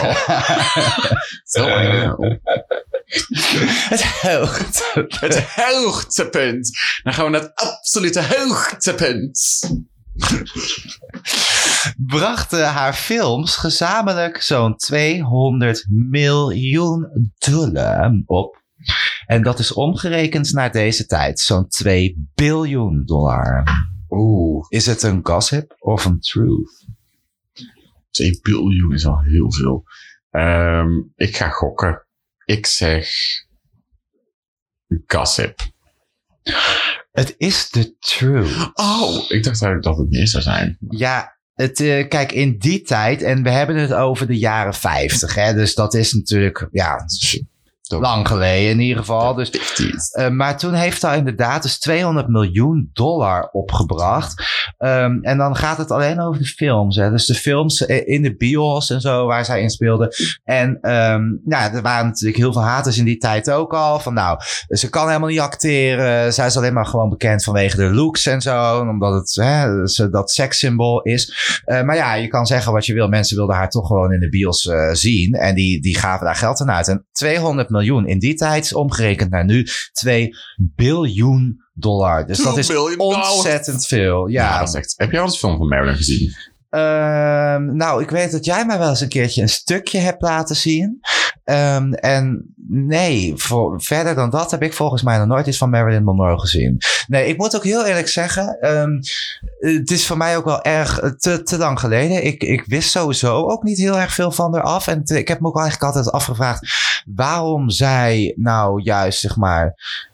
Het hoogtepunt. Dan gaan we naar het absolute hoogtepunt.
Brachten haar films gezamenlijk zo'n $200 miljoen op. En dat is omgerekend naar deze tijd zo'n $2 biljoen.
Oeh.
Is het een gossip of een truth?
2 biljoen is al heel veel. Ik ga gokken. Ik zeg gossip.
Het is de truth.
Oh, ik dacht eigenlijk dat het meer zou zijn.
Ja, kijk, in die tijd, en we hebben het over de jaren 50, hè, dus dat is natuurlijk, lang geleden in ieder geval. Dus, maar toen heeft hij inderdaad dus $200 miljoen opgebracht. En dan gaat het alleen over de films. Hè. Dus de films in de bios en zo waar zij in speelden. En er waren natuurlijk heel veel haters in die tijd ook al. Van nou, ze kan helemaal niet acteren. Zij is alleen maar gewoon bekend vanwege de looks en zo. Omdat het dat sekssymbool is. Maar ja, je kan zeggen wat je wil. Mensen wilden haar toch gewoon in de bios zien. En die gaven daar geld aan uit. En $200 miljoen in die tijd, omgerekend naar nu, $2 biljoen. Dus dat is ontzettend veel. Ja,
dat is echt. Heb jij al eens film van Marilyn gezien?
Nou, ik weet dat jij mij wel eens een keertje een stukje hebt laten zien. En nee, verder dan dat heb ik volgens mij nog nooit iets van Marilyn Monroe gezien. Nee, ik moet ook heel eerlijk zeggen, het is voor mij ook wel erg te lang geleden. Ik wist sowieso ook niet heel erg veel van haar af. En ik heb me ook eigenlijk altijd afgevraagd waarom zij nou juist, zeg maar,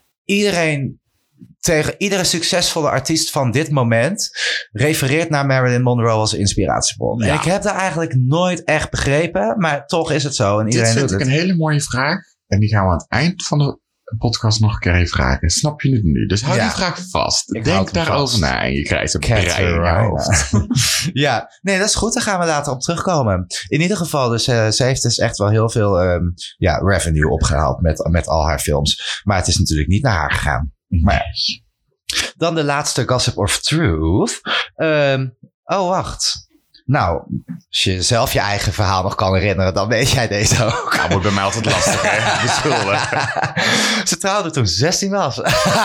tegen iedere succesvolle artiest van dit moment refereert naar Marilyn Monroe als inspiratiebron. Ja. En ik heb dat eigenlijk nooit echt begrepen, maar toch is het zo. En iedereen
dit vind ik een hele mooie vraag. En die gaan we aan het eind van de podcast nog een keer even vragen. Snap je het nu? Dus hou die vraag vast. Denk daarover na en je krijgt een brein in je hoofd.
Ja, nee, dat is goed. Daar gaan we later op terugkomen. In ieder geval, dus ze heeft dus echt wel heel veel revenue opgehaald met al haar films. Maar het is natuurlijk niet naar haar gegaan. Maar dan de laatste gossip of truth. Wacht. Nou, als je zelf je eigen verhaal nog kan herinneren, dan weet jij deze ook.
Dat wordt bij mij altijd lastig, hè? Beschuldigen.
Ze trouwde toen 16 was.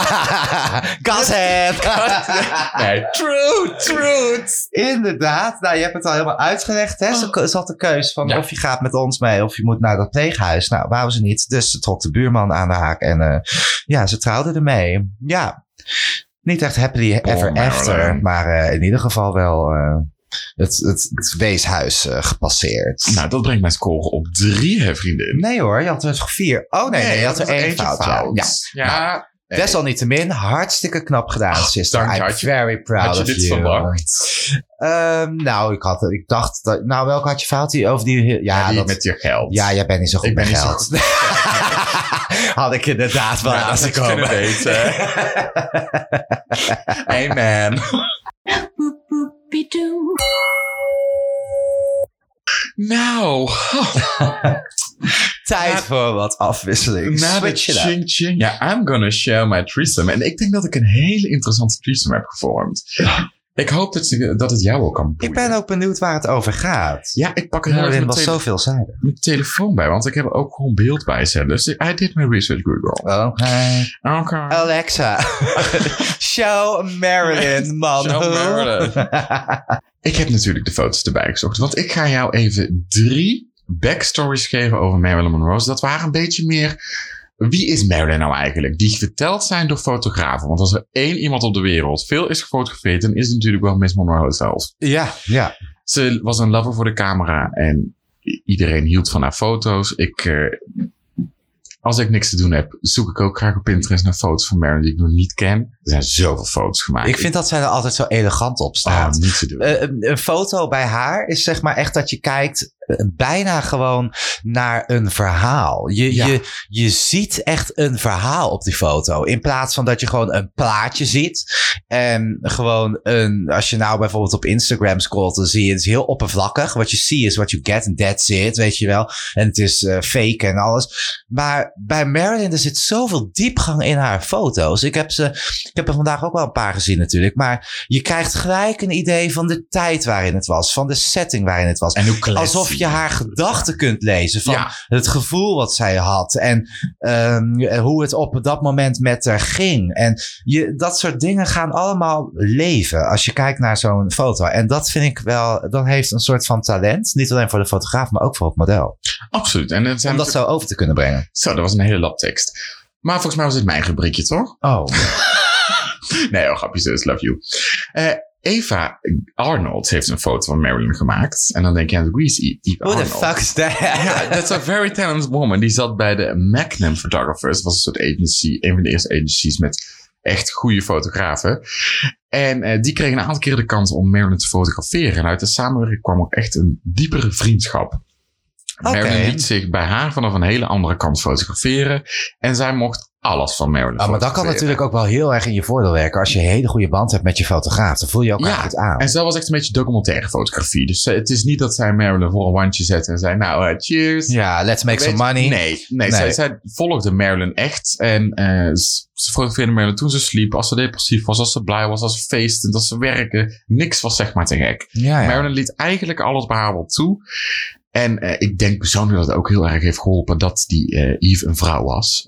Gossip!
Nee, truth!
Inderdaad. Nou, je hebt het al helemaal uitgelegd, hè? Ze had de keus van of je gaat met ons mee of je moet naar dat pleeghuis. Nou, wou ze niet. Dus ze trok de buurman aan de haak en ze trouwde ermee. Ja, niet echt happily ever after, maar in ieder geval wel het weeshuis gepasseerd.
Nou, dat brengt mijn score op 3, hè, vriendin?
Nee hoor, je had er 4. Oh nee, je had er 1 fout. Ja. Nee. Desalniettemin, hartstikke knap gedaan, sister. I'm very proud of you. Had je dit verwacht? Nou, ik dacht... welke had je fout? Die
met je geld.
Ja, jij bent niet zo goed met geld. Had ik inderdaad wel aan te komen.
Kunnen weten. Amen. Nou.
Tijd voor wat afwisseling.
Na de ching-ching. Ja, I'm gonna share my threesome. En ik denk dat ik een hele interessante threesome heb gevormd. Ik hoop dat het jou ook kan boeien.
Ik ben ook benieuwd waar het over gaat.
Ja, ik pak er
heel was zo veelzijdig.
Mijn telefoon bij, want ik heb er ook gewoon beeld bij zetten. Dus I did my research, Google.
Okay. Alexa, show Marilyn, man.
Show Marilyn. Ik heb natuurlijk de foto's erbij gezocht, want ik ga jou even 3 backstories geven over Marilyn Monroe. Dat waren een beetje meer... Wie is Marilyn nou eigenlijk? Die verteld zijn door fotografen. Want als er 1 iemand op de wereld veel is gefotografeerd, dan is het natuurlijk wel Miss Monroe zelf.
Ja.
Ze was een lover voor de camera en iedereen hield van haar foto's. Als ik niks te doen heb, zoek ik ook graag op Pinterest naar foto's van Marilyn die ik nog niet ken. Er zijn zoveel foto's gemaakt.
Ik vind dat zij er altijd zo elegant op staat.
Niet te doen.
Een foto bij haar is zeg maar echt dat je kijkt bijna gewoon naar een verhaal. Je ziet echt een verhaal op die foto. In plaats van dat je gewoon een plaatje ziet. En gewoon als je nou bijvoorbeeld op Instagram scrolt, dan zie je het is heel oppervlakkig. What you see is what you get and that's it, weet je wel. En het is fake en alles. Maar bij Marilyn, er zit zoveel diepgang in haar foto's. Ik heb er vandaag ook wel een paar gezien natuurlijk. Maar je krijgt gelijk een idee van de tijd waarin het was. Van de setting waarin het was.
En hoe
alsof je haar gedachten kunt lezen. Van het gevoel wat zij had. En hoe het op dat moment met haar ging. En dat soort dingen gaan allemaal leven. Als je kijkt naar zo'n foto. En dat vind ik wel... Dat heeft een soort van talent. Niet alleen voor de fotograaf, maar ook voor het model.
Absoluut. En
om dat zo over te kunnen brengen.
Zo, dat was een hele lap tekst. Maar volgens mij was dit mijn rubriekje, toch?
Oh.
Nee, grapje zus, love you. Eva Arnold heeft een foto van Marilyn gemaakt. En dan denk je aan Eve
Who
Arnold.
the fuck is that?
Ja, that's a very talented woman. Die zat bij de Magnum Photographers. Dat was een soort agency, een van de eerste agencies met echt goede fotografen. En die kregen een aantal keren de kans om Marilyn te fotograferen. En uit de samenwerking kwam ook echt een diepere vriendschap. Marilyn liet zich bij haar vanaf een hele andere kant fotograferen. En zij mocht alles van Marilyn
maar dat kan natuurlijk ook wel heel erg in je voordeel werken. Als je een hele goede band hebt met je fotograaf. Dan voel je ook eigenlijk het aan.
En zij was echt een beetje documentaire fotografie. Dus het is niet dat zij Marilyn voor een wandje zette en zei, nou, cheers.
Ja, let's make some money.
Nee. Zij volgde Marilyn echt. En ze fotografeerde Marilyn toen ze sliep, als ze depressief was, als ze blij was, als ze feestend, als ze werkte. Niks was zeg maar te gek.
Ja.
Marilyn liet eigenlijk alles bij haar wel toe. En ik denk persoonlijk dat het ook heel erg heeft geholpen dat die Eve een vrouw was.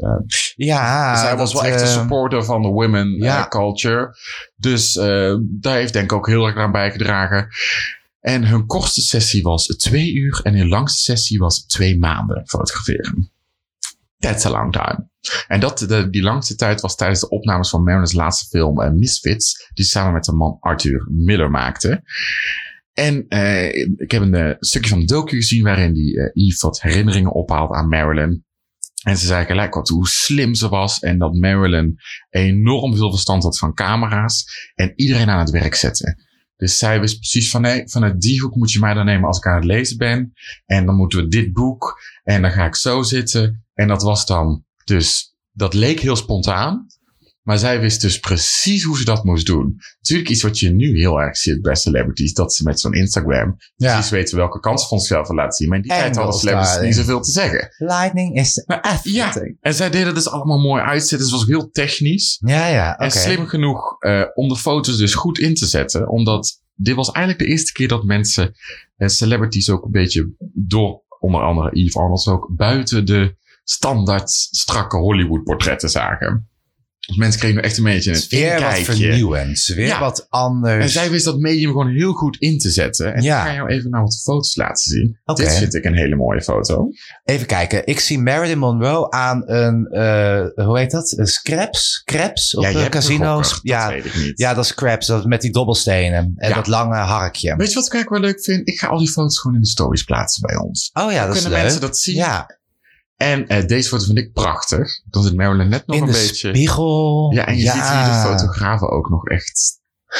Zij was wel echt een supporter van de women culture. Dus daar heeft denk ik ook heel erg aan bijgedragen. En hun kortste sessie was 2 uur en hun langste sessie was 2 maanden fotograferen. That's a long time. En die langste tijd was tijdens de opnames van Marilyn's laatste film Misfits, die samen met de man Arthur Miller maakte. En ik heb een stukje van de docu gezien waarin die Eve wat herinneringen ophaalt aan Marilyn. En ze zei gelijk wat hoe slim ze was en dat Marilyn enorm veel verstand had van camera's en iedereen aan het werk zette. Dus zij wist precies van nee, vanuit die hoek moet je mij dan nemen als ik aan het lezen ben. En dan moeten we dit boek en dan ga ik zo zitten. En dat was dan dus, dat leek heel spontaan. Maar zij wist dus precies hoe ze dat moest doen. Natuurlijk iets wat je nu heel erg ziet bij celebrities. Dat ze met zo'n Instagram precies weten welke kant ze van zichzelf laten zien. Maar in die tijd hadden celebrities niet zoveel te zeggen.
Lightning is
ja, en zij deden dus allemaal mooi uitzetten. Dus het was ook heel technisch.
Ja,
en slim genoeg om de foto's dus goed in te zetten. Omdat dit was eigenlijk de eerste keer dat mensen celebrities ook een beetje door onder andere Eve Arnold ook buiten de standaard strakke Hollywood portretten zagen. Dus mensen kregen echt een beetje een
weer wat vernieuwends. Weer wat anders.
En zij wist dat medium gewoon heel goed in te zetten. En ik ga jou even nou wat foto's laten zien. Dit vind ik een hele mooie foto.
Even kijken. Ik zie Marilyn Monroe aan een, hoe heet dat? Een Crepes op de casino's.
Dat weet ik niet.
Ja, dat is Crepes. Dat met die dobbelstenen. En dat lange harkje.
Weet je wat ik eigenlijk wel leuk vind? Ik ga al die foto's gewoon in de stories plaatsen bij ons.
Oh ja, dat is leuk.
Kunnen mensen dat zien?
Ja.
En deze foto vind ik prachtig. Dan zit Marilyn net nog een beetje...
In de spiegel.
Ja, en je ziet hier de fotografen ook nog echt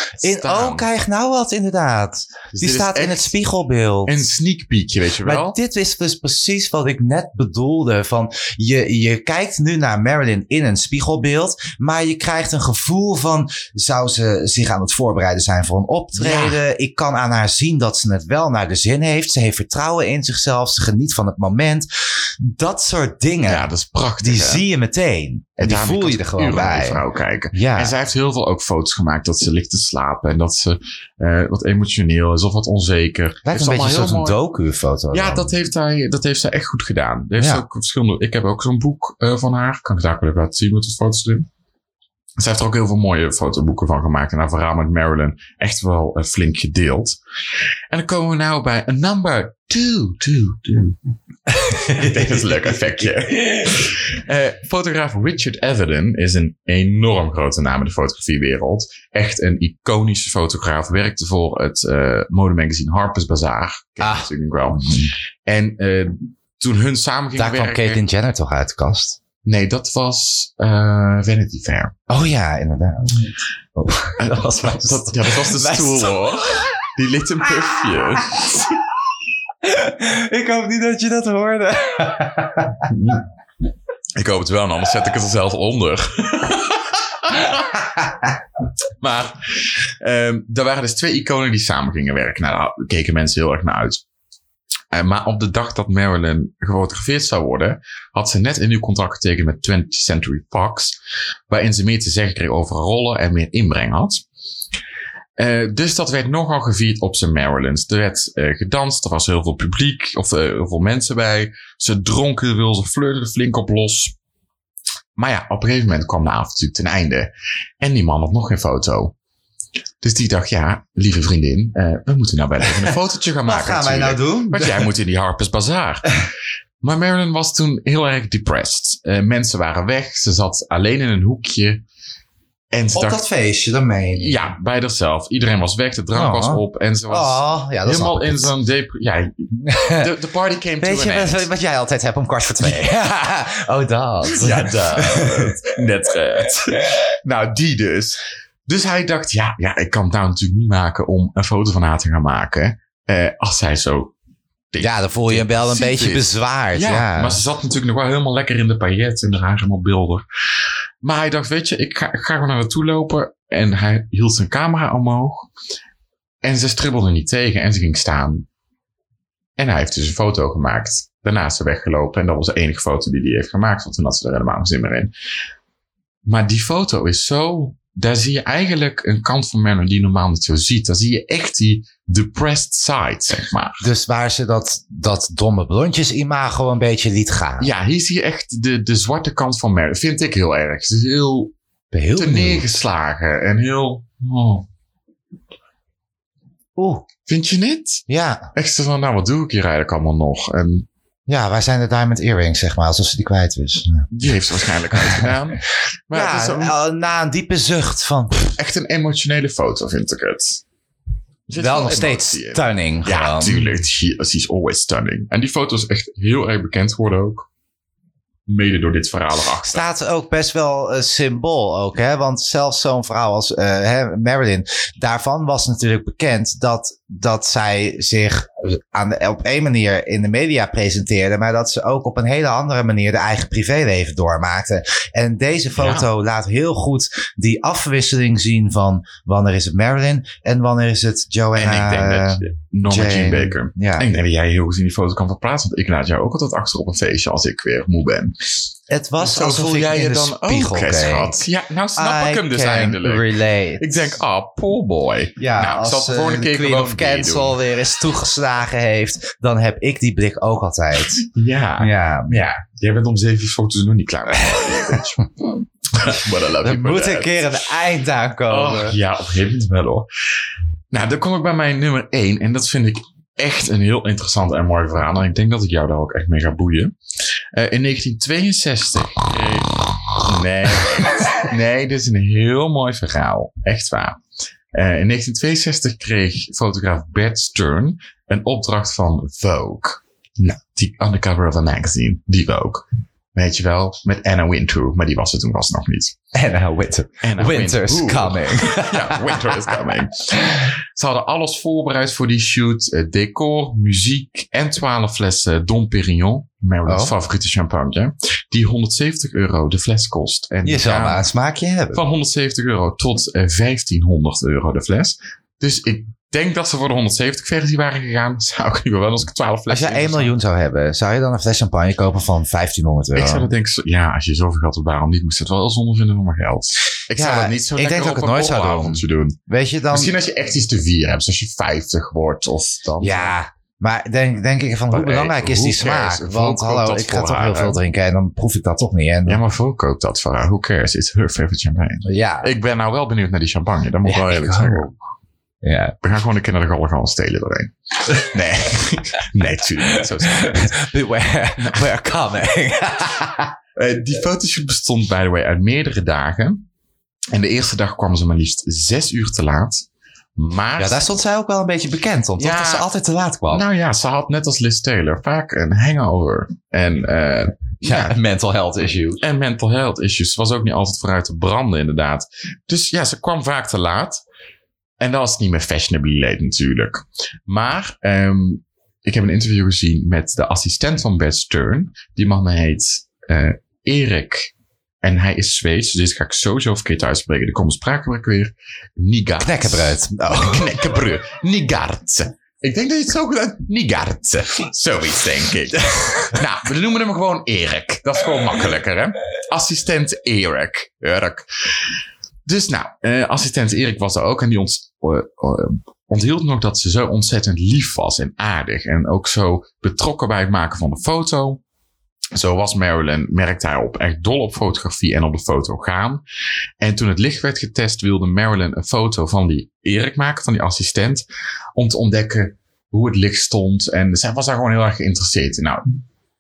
krijg nou wat inderdaad. Dus die staat in het spiegelbeeld.
Een sneak peekje, weet je wel.
Maar dit is dus precies wat ik net bedoelde. Van je kijkt nu naar Marilyn in een spiegelbeeld. Maar je krijgt een gevoel van... Zou ze zich aan het voorbereiden zijn voor een optreden? Ja. Ik kan aan haar zien dat ze het wel naar de zin heeft. Ze heeft vertrouwen in zichzelf. Ze geniet van het moment. Dat soort dingen.
Ja, dat is prachtig.
Die zie je meteen. En die voel je er gewoon bij.
Die vrouw kijken.
Ja.
En zij heeft heel veel ook foto's gemaakt dat ze ligt te slapen. En dat ze wat emotioneel is of wat onzeker.
Lijkt een beetje zo'n docu-foto.
Ja, dat heeft zij echt goed gedaan. Heeft ook verschillende, ik heb ook zo'n boek van haar. Kan ik daar ook even laten zien met de foto's erin. Ze heeft er ook heel veel mooie fotoboeken van gemaakt. En haar verhaal met Marilyn echt wel flink gedeeld. En dan komen we nou bij een number 2. Dit is een leuk effectje. Fotograaf Richard Avedon is een enorm grote naam in de fotografiewereld. Echt een iconische fotograaf. Werkte voor het modemagazine Harper's Bazaar. Ken je natuurlijk wel. En toen hun samen gingen werken...
Daar kwam Caitlyn Jenner toch uit de kast?
Nee, dat was Vanity Fair.
Oh ja, inderdaad.
Dat was de stoel hoor. Die liet een pufje.
Ik hoop niet dat je dat hoorde.
Ik hoop het wel, en anders zet ik het er zelf onder. Maar er waren dus 2 iconen die samen gingen werken. Nou, daar keken mensen heel erg naar uit. Maar op de dag dat Marilyn gefotografeerd zou worden, had ze net een nieuw contract getekend met 20th Century Fox, waarin ze meer te zeggen kreeg over rollen en meer inbreng had. Dus dat werd nogal gevierd op zijn Marilyns. Er werd gedanst, er was heel veel publiek, of heel veel mensen bij. Ze dronken wil, ze flirten flink op los. Maar ja, op een gegeven moment kwam de avond natuurlijk ten einde. En die man had nog geen foto. Dus die dacht, ja, lieve vriendin, we moeten nou wel even een fotootje gaan maken.
Wat gaan wij nou doen?
Want jij moet in die Harper's Bazaar. Maar Marilyn was toen heel erg depressed. Mensen waren weg. Ze zat alleen in een hoekje. En ze
Op dat feestje, dan meen je.
Ja, bij haarzelf. Iedereen was weg. De drank was op. En ze was helemaal in zo'n de party came to an end.
Weet je wat jij altijd hebt om 1:15? Oh, dat.
Ja, dat. Net red. Nou, die dus. Dus hij dacht, ja, ik kan het nou natuurlijk niet maken om een foto van haar te gaan maken. Als zij zo...
Ja, dan voel je hem wel een beetje bezwaard. Ja,
maar ze zat natuurlijk nog wel helemaal lekker in de paillet en haar haar helemaal beeldig. Maar hij dacht, weet je, ik ga gewoon naar naartoe lopen. En hij hield zijn camera omhoog. En ze stribbelde niet tegen en ze ging staan. En hij heeft dus een foto gemaakt. Daarna is ze weggelopen en dat was de enige foto die hij heeft gemaakt. Want toen had ze er helemaal geen zin meer in. Maar die foto is zo... Daar zie je eigenlijk een kant van Marilyn die je normaal niet zo ziet. Daar zie je echt die depressed side, zeg maar.
Dus waar ze dat domme blondjes imago een beetje liet gaan.
Ja, hier zie je echt de zwarte kant van Marilyn. Vind ik heel erg. Ze is heel neergeslagen en heel... Vind je niet?
Ja.
Echt zo van, nou wat doe ik hier eigenlijk allemaal nog? En...
Ja, waar zijn de diamond earrings, zeg maar, alsof ze die kwijt is.
Die heeft ze waarschijnlijk uitgedaan. Maar
ja, na een diepe zucht van...
Echt een emotionele foto, vind ik het.
Wel nog steeds stunning.
Ja, tuurlijk. She is always stunning. En die foto is echt heel erg bekend geworden ook. Mede door dit verhaal erachter.
Staat ook best wel een symbool ook, hè? Want zelfs zo'n vrouw als Marilyn, daarvan was natuurlijk bekend dat zij zich op één manier in de media presenteerde, maar dat ze ook op een hele andere manier de eigen privéleven doormaakte. En deze foto laat heel goed die afwisseling zien van wanneer is het Marilyn en wanneer is het Joanna.
En ik denk dat Norma Jean Baker.
Ja.
En ik denk dat jij heel goed in die foto kan verplaatsen, want ik laat jou ook altijd achter op een feestje als ik weer moe ben.
Het was
zo
alsof
voel
ik
jij
in
je
de
dan
spiegel
ook, schat. Ja, nou snap ik hem dus eindelijk.
Relate.
Ik denk, poor boy.
Ja,
nou,
als
de volgende keer
Queen of Cancel weer eens toegeslagen heeft, dan heb ik die blik ook altijd.
Ja. Jij bent om 7 uur 's ochtends nog niet klaar.
Er moet een keer een eind aankomen.
Ja, op een gegeven moment wel hoor. Nou, dan kom ik bij mijn nummer 1. En dat vind ik echt een heel interessant en mooi verhaal. En ik denk dat ik jou daar ook echt mee ga boeien. In 1962 Nee, dit is een heel mooi verhaal. Echt waar. In 1962 kreeg fotograaf Bert Stern een opdracht van Vogue. Nou, die on the cover of a magazine. Die Vogue. Weet je wel, met Anna Wintour. Maar die was er toen vast nog niet.
Anna Wintour. Winter's coming.
Ja, winter is coming. Ze hadden alles voorbereid voor die shoot. Decor, muziek en 12 flessen Dom Pérignon. Marilyn's favoriete champagne. Die €170 de fles kost. En
je zal maar een smaakje hebben.
Van €170 tot €1.500 de fles. Dus ik denk dat ze voor de 170 versie waren gegaan. Zou ik nu wel als ik 12 flessen...
Als je 1 miljoen zou hebben, zou je dan een fles champagne kopen van €1.500?
Ik zou dat denken, ja, als je zoveel geld hebt, waarom niet? Moest het wel heel zonde vinden van mijn geld. Ik zou dat niet zo lekker op een borrelavondje doen.
Weet je dan...
Misschien als je echt iets te vieren hebt, als je 50 wordt of dan...
Ja, maar denk ik van hoe belangrijk is die smaak? Want hallo, ik ga toch heel veel drinken en dan proef ik dat toch niet. En
ja, maar verkoop dat voor haar. Who cares? It's her favorite champagne.
Ja.
Ik ben nou wel benieuwd naar die champagne. Dat moet ik wel eerlijk zeggen.
Ja.
We gaan gewoon een keer naar de gallen gaan stelen doorheen. Nee, tuurlijk niet. Zo
We're coming.
Die fotoshoot bestond, by the way, uit meerdere dagen. En de eerste dag kwam ze maar liefst 6 uur te laat. Maar
ja, daar stond zij ook wel een beetje bekend om. Toch dat ze altijd te laat kwam.
Nou ja, ze had net als Liz Taylor vaak een hangover. En
een mental health issue.
En mental health issues. Ze was ook niet altijd vooruit te branden, inderdaad. Dus ja, ze kwam vaak te laat. En dat was niet meer fashionably late natuurlijk. Maar ik heb een interview gezien met de assistent van Bert Stern. Die man heet Erik. En hij is Zweeds, dus dit ga ik sowieso verkeerd uitspreken. Er komt spraakgebruik weer. Nigartse.
Knekkenbreud.
Knekkenbreud. Nigartse. Ik denk dat je het zo gedaan... Nigartse. Zoiets, denk ik. Nou, we noemen hem gewoon Erik. Dat is gewoon makkelijker, hè? Assistent Erik. Dus nou, assistent Erik was er ook. En die onthield nog dat ze zo ontzettend lief was en aardig. En ook zo betrokken bij het maken van de foto. Zo was Marilyn, merkte hij op, echt dol op fotografie en op de foto gaan. En toen het licht werd getest, wilde Marilyn een foto van die Erik maken, van die assistent. Om te ontdekken hoe het licht stond. En zij was daar gewoon heel erg geïnteresseerd in. Nou,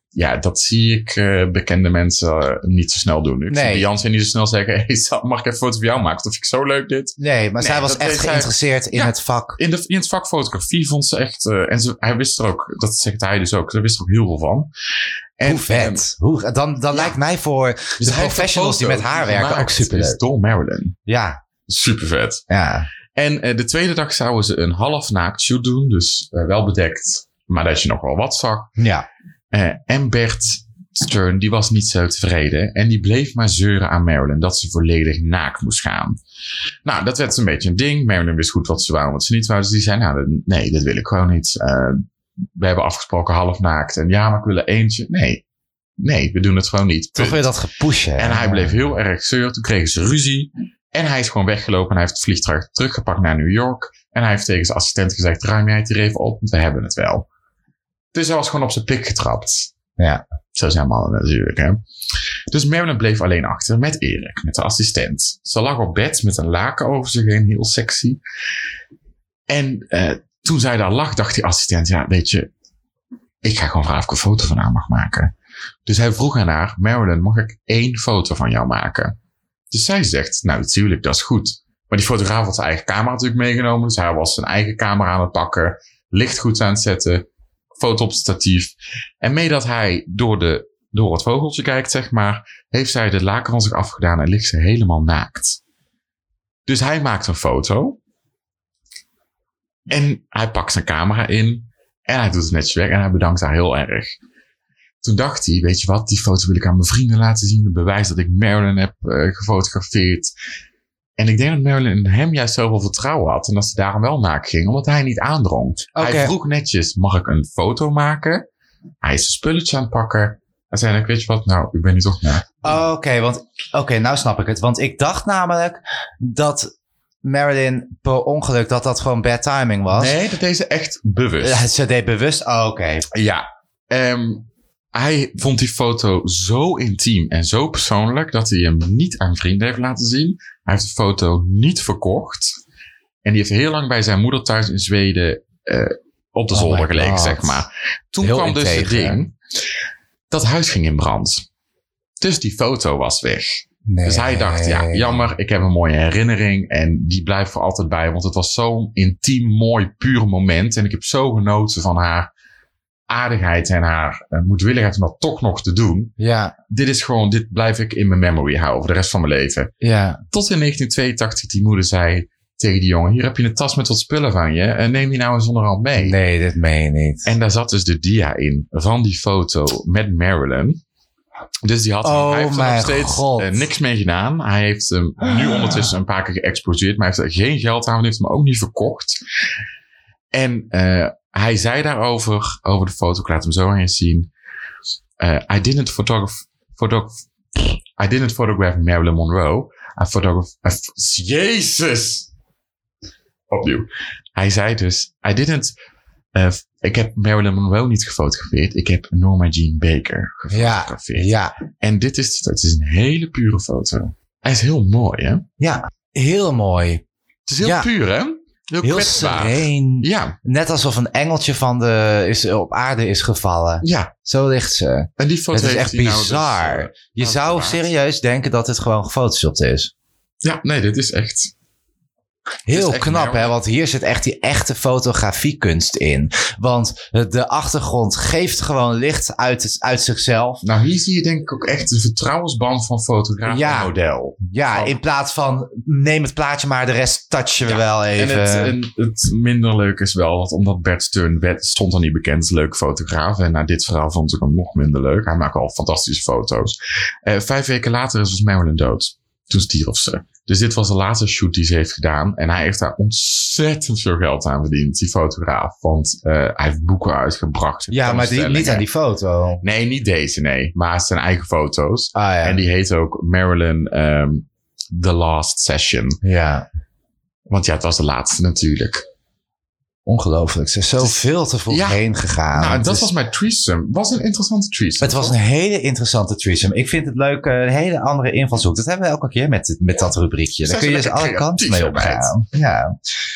ja, dat zie ik bekende mensen niet zo snel doen. Ik zie Beyoncé niet zo snel zeggen... Hey, mag ik even een foto van jou maken? Dat vind ik zo leuk dit.
Nee, maar zij was echt geïnteresseerd in het vak.
In het vak fotografie vond ze echt... hij wist er ook, dat zegt hij dus ook... Ze wist er ook heel veel van.
En, hoe vet. Dan lijkt mij voor dus de professionals die met haar werken ook superleuk.
Het is Dol Marilyn.
Ja.
Super vet.
Ja.
En de tweede dag zouden ze een half naakt shoot doen. Dus wel bedekt. Maar dat je nog wel wat zag.
Ja.
En Bert Stern, die was niet zo tevreden. En die bleef maar zeuren aan Marilyn dat ze volledig naakt moest gaan. Nou, dat werd een beetje een ding. Marilyn wist goed wat ze wou en wat ze niet wou. Dus die zei, nou, nee, dat wil ik gewoon niet. We hebben afgesproken half naakt. En ja, maar ik wil er eentje. Nee, we doen het gewoon niet.
Toch weer dat gepushen.
En hij bleef heel erg zeuren. Toen kregen ze ruzie. En hij is gewoon weggelopen. En hij heeft het vliegtuig teruggepakt naar New York. En hij heeft tegen zijn assistent gezegd, ruim jij het hier even op, want we hebben het wel. Dus hij was gewoon op zijn pik getrapt.
Ja.
Zo zijn mannen natuurlijk, hè. Dus Marilyn bleef alleen achter met Erik, met de assistent. Ze lag op bed met een laken over zich heen, heel sexy. En toen zij daar lag, dacht die assistent, ja, weet je, ik ga gewoon vragen of ik een foto van haar mag maken. Dus hij vroeg aan haar, Marilyn, mag ik 1 foto van jou maken? Dus zij zegt, nou, natuurlijk, dat is goed. Maar die fotograaf had zijn eigen camera natuurlijk meegenomen. Dus hij was zijn eigen camera aan het pakken. Licht goed aan het zetten. Foto op het statief. En mee dat hij door het vogeltje kijkt, zeg maar, heeft zij de laken van zich afgedaan en ligt ze helemaal naakt. Dus hij maakt een foto. En hij pakt zijn camera in. En hij doet het netjes weg. En hij bedankt haar heel erg. Toen dacht hij, weet je wat, die foto wil ik aan mijn vrienden laten zien. Een bewijs dat ik Marilyn heb gefotografeerd. En ik denk dat Marilyn in hem juist zoveel vertrouwen had. En dat ze daarom wel naakt ging. Omdat hij niet aandrong. Okay. Hij vroeg netjes, mag ik een foto maken? Hij is een spulletje aan het pakken. Uiteindelijk, weet je wat, nou, ik ben nu toch naakt.
Oké, nou snap ik het. Want ik dacht namelijk dat Marilyn per ongeluk dat gewoon bad timing was.
Nee, dat deed ze echt bewust.
Ze deed bewust? Oké.
Ja. Hij vond die foto zo intiem en zo persoonlijk dat hij hem niet aan vrienden heeft laten zien. Hij heeft de foto niet verkocht. En die heeft heel lang bij zijn moeder thuis in Zweden op de zolder gelegen, zeg maar. Toen heel kwam dus het ding. Dat huis ging in brand. Dus die foto was weg. Nee. Dus hij dacht, ja, jammer, ik heb een mooie herinnering. En die blijft voor altijd bij. Want het was zo'n intiem, mooi, puur moment. En ik heb zo genoten van haar aardigheid en haar moedwilligheid om dat toch nog te doen.
Ja.
Dit blijf ik in mijn memory houden voor de rest van mijn leven.
Ja.
Tot in 1982 die moeder zei tegen die jongen, hier heb je een tas met wat spullen van je. Neem die nou eens onderhand mee.
Nee, dit meen je niet.
En daar zat dus de dia in van die foto met Marilyn. Dus die hij heeft er nog steeds niks mee gedaan. Hij heeft hem nu ondertussen een paar keer geëxposeerd, maar hij heeft er geen geld aan. Hij heeft hem ook niet verkocht. En hij zei daarover, over de foto, ik laat hem zo eens zien. I didn't photograph Marilyn Monroe. Jezus! Opnieuw. Hij zei dus, ik heb Marilyn Monroe niet gefotografeerd. Ik heb Norma Jean Baker gefotografeerd.
Ja.
En het is een hele pure foto. Hij is heel mooi, hè?
Ja, heel mooi.
Het is heel puur, hè? Heel
sereen.
Ja.
Net alsof een engeltje op aarde is gevallen.
Ja.
Zo ligt ze.
En die foto
het is echt bizar.
Nou dus,
je zou serieus denken dat het gewoon gefotoshopt is.
Ja, nee, dit is echt
heel knap, hè? Want hier zit echt die echte fotografiekunst in. Want de achtergrond geeft gewoon licht uit zichzelf.
Nou, hier zie je denk ik ook echt de vertrouwensband van fotograaf en model.
Ja, in plaats van neem het plaatje maar, de rest touchen we wel even.
En het minder leuk is wel, want omdat Bert Stern stond al niet bekend als leuke fotograaf. En na dit verhaal vond ik hem nog minder leuk. Hij maakt al fantastische foto's. 5 weken later is Marilyn dood. Toen stierf ze. Dus dit was de laatste shoot die ze heeft gedaan. En hij heeft daar ontzettend veel geld aan verdiend, die fotograaf. Want hij heeft boeken uitgebracht.
Ja, maar niet aan die foto.
Nee, niet deze, nee. Maar zijn eigen foto's.
Ah, ja.
En die heet ook Marilyn The Last Session.
Ja.
Want ja, het was de laatste natuurlijk.
Ongelooflijk. Ze is zo veel te vroeg heen gegaan.
Nou, dat was mijn threesome. Was een interessante threesome.
Het was een hele interessante threesome. Ik vind het leuk. Een hele andere invalshoek. Dat hebben we elke keer met dat rubriekje. Daar kun je dus alle kanten mee opgaan. Ja.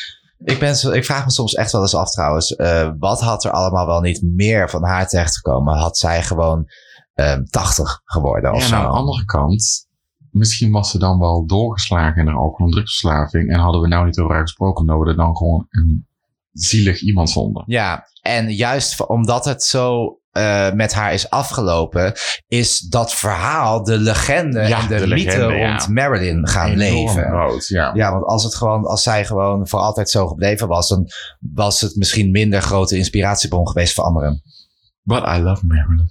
Ik vraag me soms echt wel eens af trouwens. Wat had er allemaal wel niet meer van haar terechtgekomen? Had zij gewoon 80 geworden of zo?
Aan de andere kant, misschien was ze dan wel doorgeslagen in haar alcohol- en drugsverslaving. En hadden we nou niet over haar gesproken, nodig we dan gewoon een zielig iemand vonden.
Ja, en juist omdat het zo met haar is afgelopen, is dat verhaal, de legende en de mythe rond Marilyn gaan leven.
Groot,
ja, want als zij gewoon voor altijd zo gebleven was, dan was het misschien minder grote inspiratiebron geweest voor anderen.
But I love Marilyn.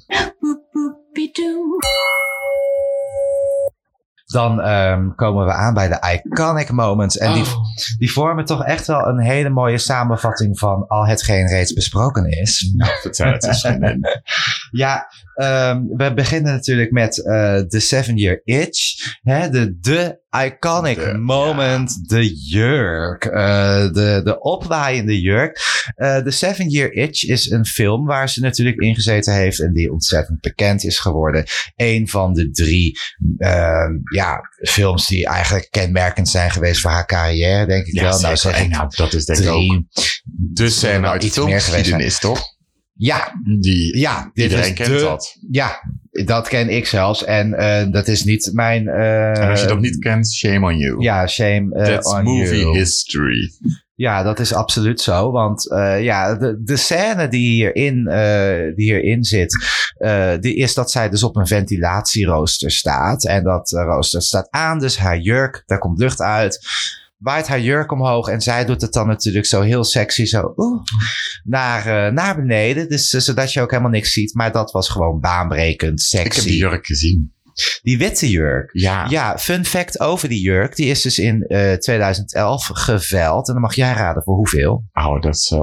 Dan komen we aan bij de iconic moments. En die vormen toch echt wel een hele mooie samenvatting van al hetgeen reeds besproken is.
Nou, vertel het eens.
Ja, we beginnen natuurlijk met The 7-Year Itch. Hè, de iconic moment, de jurk. De opwaaiende jurk. The 7-Year Itch is een film waar ze natuurlijk in gezeten heeft en die ontzettend bekend is geworden. Een van de 3 films die eigenlijk kenmerkend zijn geweest voor haar carrière, denk ik wel. Nou, zeg ik,
dat is denk ik ook de scène uit de filmgeschiedenis, toch?
Ja.
Iedereen kent dat.
Ja, dat ken ik zelfs. En dat is niet mijn...
en als je dat niet kent, shame on you.
Ja, shame on you.
That's movie history.
Ja, dat is absoluut zo. Want de scène die hierin zit, die is dat zij dus op een ventilatierooster staat. En dat rooster staat aan, dus haar jurk, daar komt lucht uit. Waait haar jurk omhoog en zij doet het dan natuurlijk zo heel sexy zo naar beneden. Dus zodat je ook helemaal niks ziet. Maar dat was gewoon baanbrekend sexy.
Ik heb die jurk gezien.
Die witte jurk. Ja, fun fact over die jurk. Die is dus in 2011 geveild. En dan mag jij raden voor hoeveel?
Dat is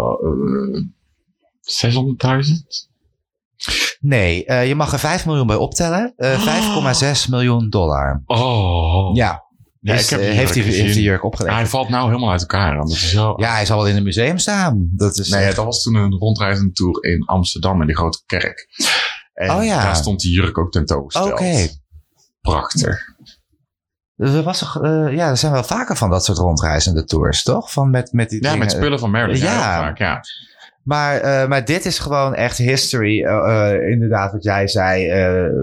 600.000?
Nee, je mag er 5 miljoen bij optellen. $5,6 miljoen. Ja.
Ja,
dus, heeft die jurk opgeleverd.
Hij valt nou helemaal uit elkaar. Dat is zo...
Ja, hij zal wel in een museum staan. Dat
was toen een rondreizende tour in Amsterdam in de Grote Kerk. En daar stond die jurk ook tentoongesteld.
Oké.
Prachtig.
Er zijn wel vaker van dat soort rondreizende tours, toch? Met die dingen.
Met spullen van Marilyn.
Ja.
Ja.
Maar dit is gewoon echt history. Inderdaad, wat jij zei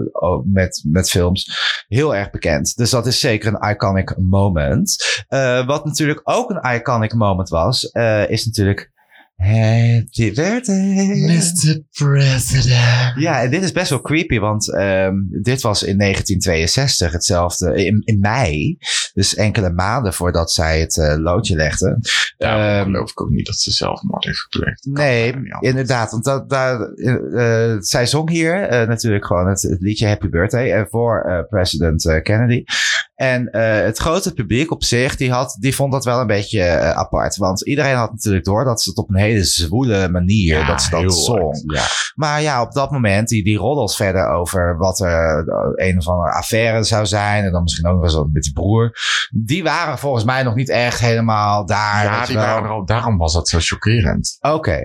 met films. Heel erg bekend. Dus dat is zeker een iconic moment. Wat natuurlijk ook een iconic moment was, is natuurlijk Happy birthday, Mr. President. Ja, en dit is best wel creepy, want dit was in 1962 hetzelfde, in mei. Dus enkele maanden voordat zij het loodje legde.
Ja, geloof ik ook niet dat ze zelfmoord heeft gepleegd.
Nee, inderdaad. Want zij zong hier natuurlijk gewoon het liedje Happy Birthday voor president Kennedy. En het grote publiek op zich, die vond dat wel een beetje apart. Want iedereen had natuurlijk door dat ze het op een hele zwoele manier dat ze dat zong. Ja. Maar ja, op dat moment, die roddels verder over wat er een of andere affaire zou zijn. En dan misschien ook nog eens met die broer. Die waren volgens mij nog niet echt helemaal daar.
Ja, die waren er al. Daarom was dat zo chockerend.
Oké.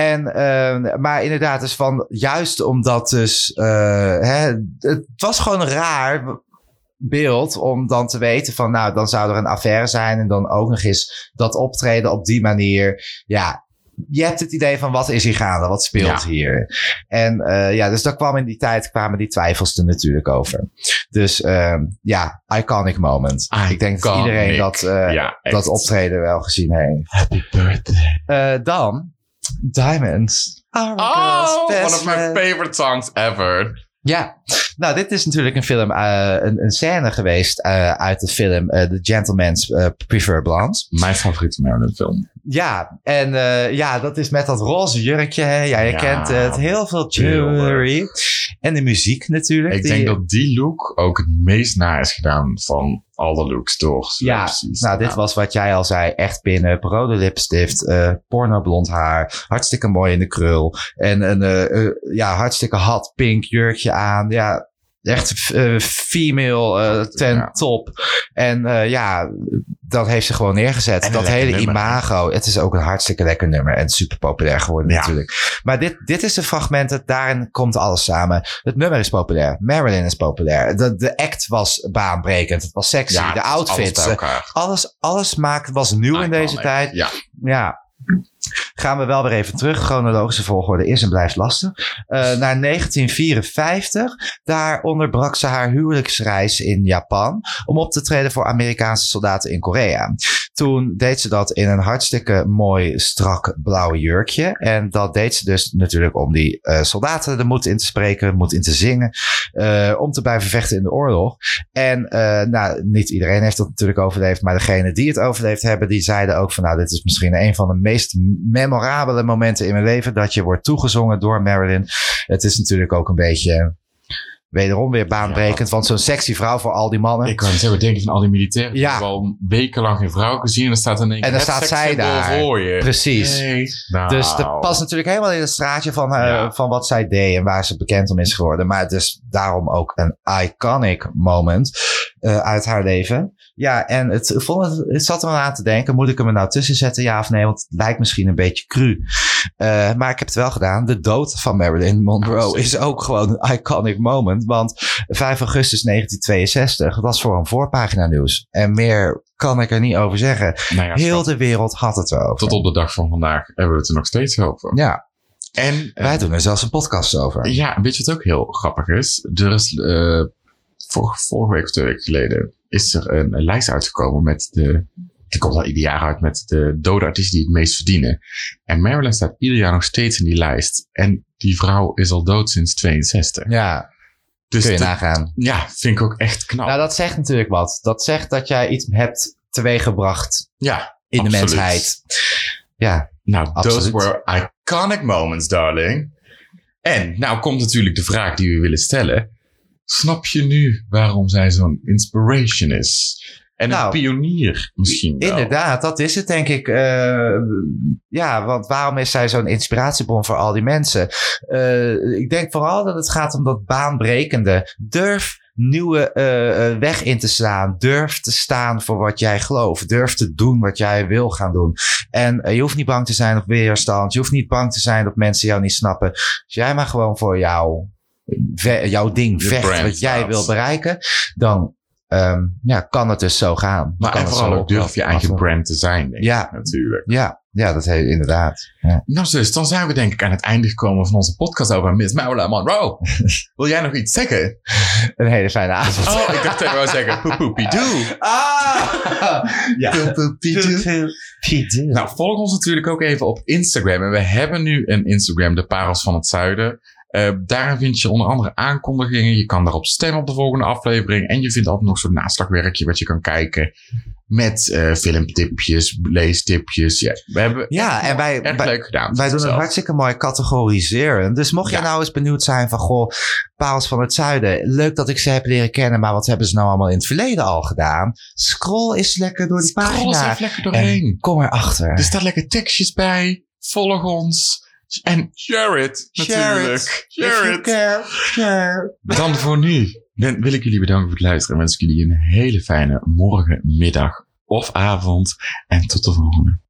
Maar inderdaad, dus juist omdat dus, het was gewoon raar beeld om dan te weten van, nou, dan zou er een affaire zijn en dan ook nog eens dat optreden op die manier. Ja, je hebt het idee van, wat is hier gaande? Wat speelt hier? En dus daar kwamen die twijfels er natuurlijk over. Dus iconic moment. Ik denk dat iedereen dat optreden wel gezien heeft.
Happy birthday.
Dan Diamonds.
One of my favorite songs ever.
Ja, nou, dit is natuurlijk een film, een scène geweest uit de film The Gentleman's Prefer Blondes.
Mijn favoriete Marilyn film.
Ja, en dat is met dat roze jurkje. Ja, je kent het. Heel veel jewelry. En de muziek natuurlijk.
Ik denk dat die look ook het meest na is gedaan van alle looks door.
Ja, dit was wat jij al zei. Echt pin-up, rode lipstift, pornoblond haar. Hartstikke mooi in de krul. En een hartstikke hot pink jurkje aan. Ja, echt female ten top. En dat heeft ze gewoon neergezet.
En
dat hele
nummer,
imago. Het is ook een hartstikke lekker nummer. En super populair geworden natuurlijk. Maar dit is de fragmenten. Daarin komt alles samen. Het nummer is populair. Marilyn is populair. De act was baanbrekend. Het was sexy.
Ja,
de outfits. Alles was nieuw in deze tijd. Ja. Gaan we wel weer even terug. Chronologische volgorde is en blijft lastig. Naar 1954. Daar onderbrak ze haar huwelijksreis in Japan. Om op te treden voor Amerikaanse soldaten in Korea. Toen deed ze dat in een hartstikke mooi strak blauw jurkje. En dat deed ze dus natuurlijk om die soldaten de moed in te spreken. Moed in te zingen. Om te blijven vechten in de oorlog. En niet iedereen heeft dat natuurlijk overleefd. Maar degenen die het overleefd hebben. Die zeiden ook van dit is misschien een van de meest memorabele momenten in mijn leven. Dat je wordt toegezongen door Marilyn. Het is natuurlijk ook een beetje wederom weer baanbrekend. Want zo'n sexy vrouw voor al die mannen.
Ik kan zeggen, denken van al die militairen. Die hebben al wekenlang geen vrouw gezien. En dan staat in één keer
en dan staat zij daar.
Voor je.
Precies.
Nee. Nou.
Dus dat past natuurlijk helemaal in het straatje van wat zij deed. En waar ze bekend om is geworden. Maar dus daarom ook een iconic moment uit haar leven. Ja, en het zat er wel aan te denken. Moet ik hem er nou tussen zetten? Ja of nee? Want het lijkt misschien een beetje cru. Maar ik heb het wel gedaan. De dood van Marilyn Monroe is ook gewoon een iconic moment. Want 5 augustus 1962 was voor een voorpagina nieuws. En meer kan ik er niet over zeggen. Heel de wereld had het erover.
Tot op de dag van vandaag hebben we het er nog steeds over.
Ja.
En
wij doen er zelfs een podcast over.
Ja, weet je wat ook heel grappig is? Er is vorige week of 2 weken geleden is er een lijst uitgekomen met die komt al ieder jaar uit met de dode artiesten die het meest verdienen. En Marilyn staat ieder jaar nog steeds in die lijst. En die vrouw is al dood sinds 62.
Ja, dus kun je nagaan.
Ja, vind ik ook echt knap.
Nou, dat zegt natuurlijk wat. Dat zegt dat jij iets hebt teweeggebracht in de mensheid. Ja,
nou, those were iconic moments, darling. En nou komt natuurlijk de vraag die we willen stellen. Snap je nu waarom zij zo'n inspiration is? En een pionier misschien wel.
Inderdaad, dat is het denk ik. Want waarom is zij zo'n inspiratiebron voor al die mensen? Ik denk vooral dat het gaat om dat baanbrekende. Durf nieuwe weg in te slaan. Durf te staan voor wat jij gelooft. Durf te doen wat jij wil gaan doen. En je hoeft niet bang te zijn op weerstand. Je hoeft niet bang te zijn dat mensen jou niet snappen. Als jij maar gewoon voor jouw ding vecht wat jij wil bereiken, dan kan het dus zo gaan.
Maar en vooral ook durf je eigen brand te zijn, denk ik, natuurlijk.
Ja, dat heeft inderdaad. Ja.
Nou zus, dan zijn we denk ik aan het einde gekomen van onze podcast over Miss Marilyn Monroe. Wil jij nog iets zeggen?
Een hele fijne avond.
Oh, ik dacht dat ik wou zeggen poepoepiedoe. Poepoepiedoe. Nou, volg ons natuurlijk ook even op Instagram. En we hebben nu een Instagram, de Parels van het Zuiden. Daarin vind je onder andere aankondigingen. Je kan daarop stemmen op de volgende aflevering. En je vindt altijd nog zo'n naslagwerkje wat je kan kijken. Met filmtipjes, leestipjes. Ja, we hebben erg leuk gedaan.
Wij doen het hartstikke mooi categoriseren. Dus mocht je nou eens benieuwd zijn van Parels van het Zuiden. Leuk dat ik ze heb leren kennen. Maar wat hebben ze nou allemaal in het verleden al gedaan? Scroll eens lekker door die pagina.
Scroll eens even lekker doorheen.
En kom erachter.
Er staan lekker tekstjes bij. Volg ons. En share it, natuurlijk. Share it. Share. Dan voor nu wil ik jullie bedanken voor het luisteren. En wens ik jullie een hele fijne morgen, middag of avond. En tot de volgende.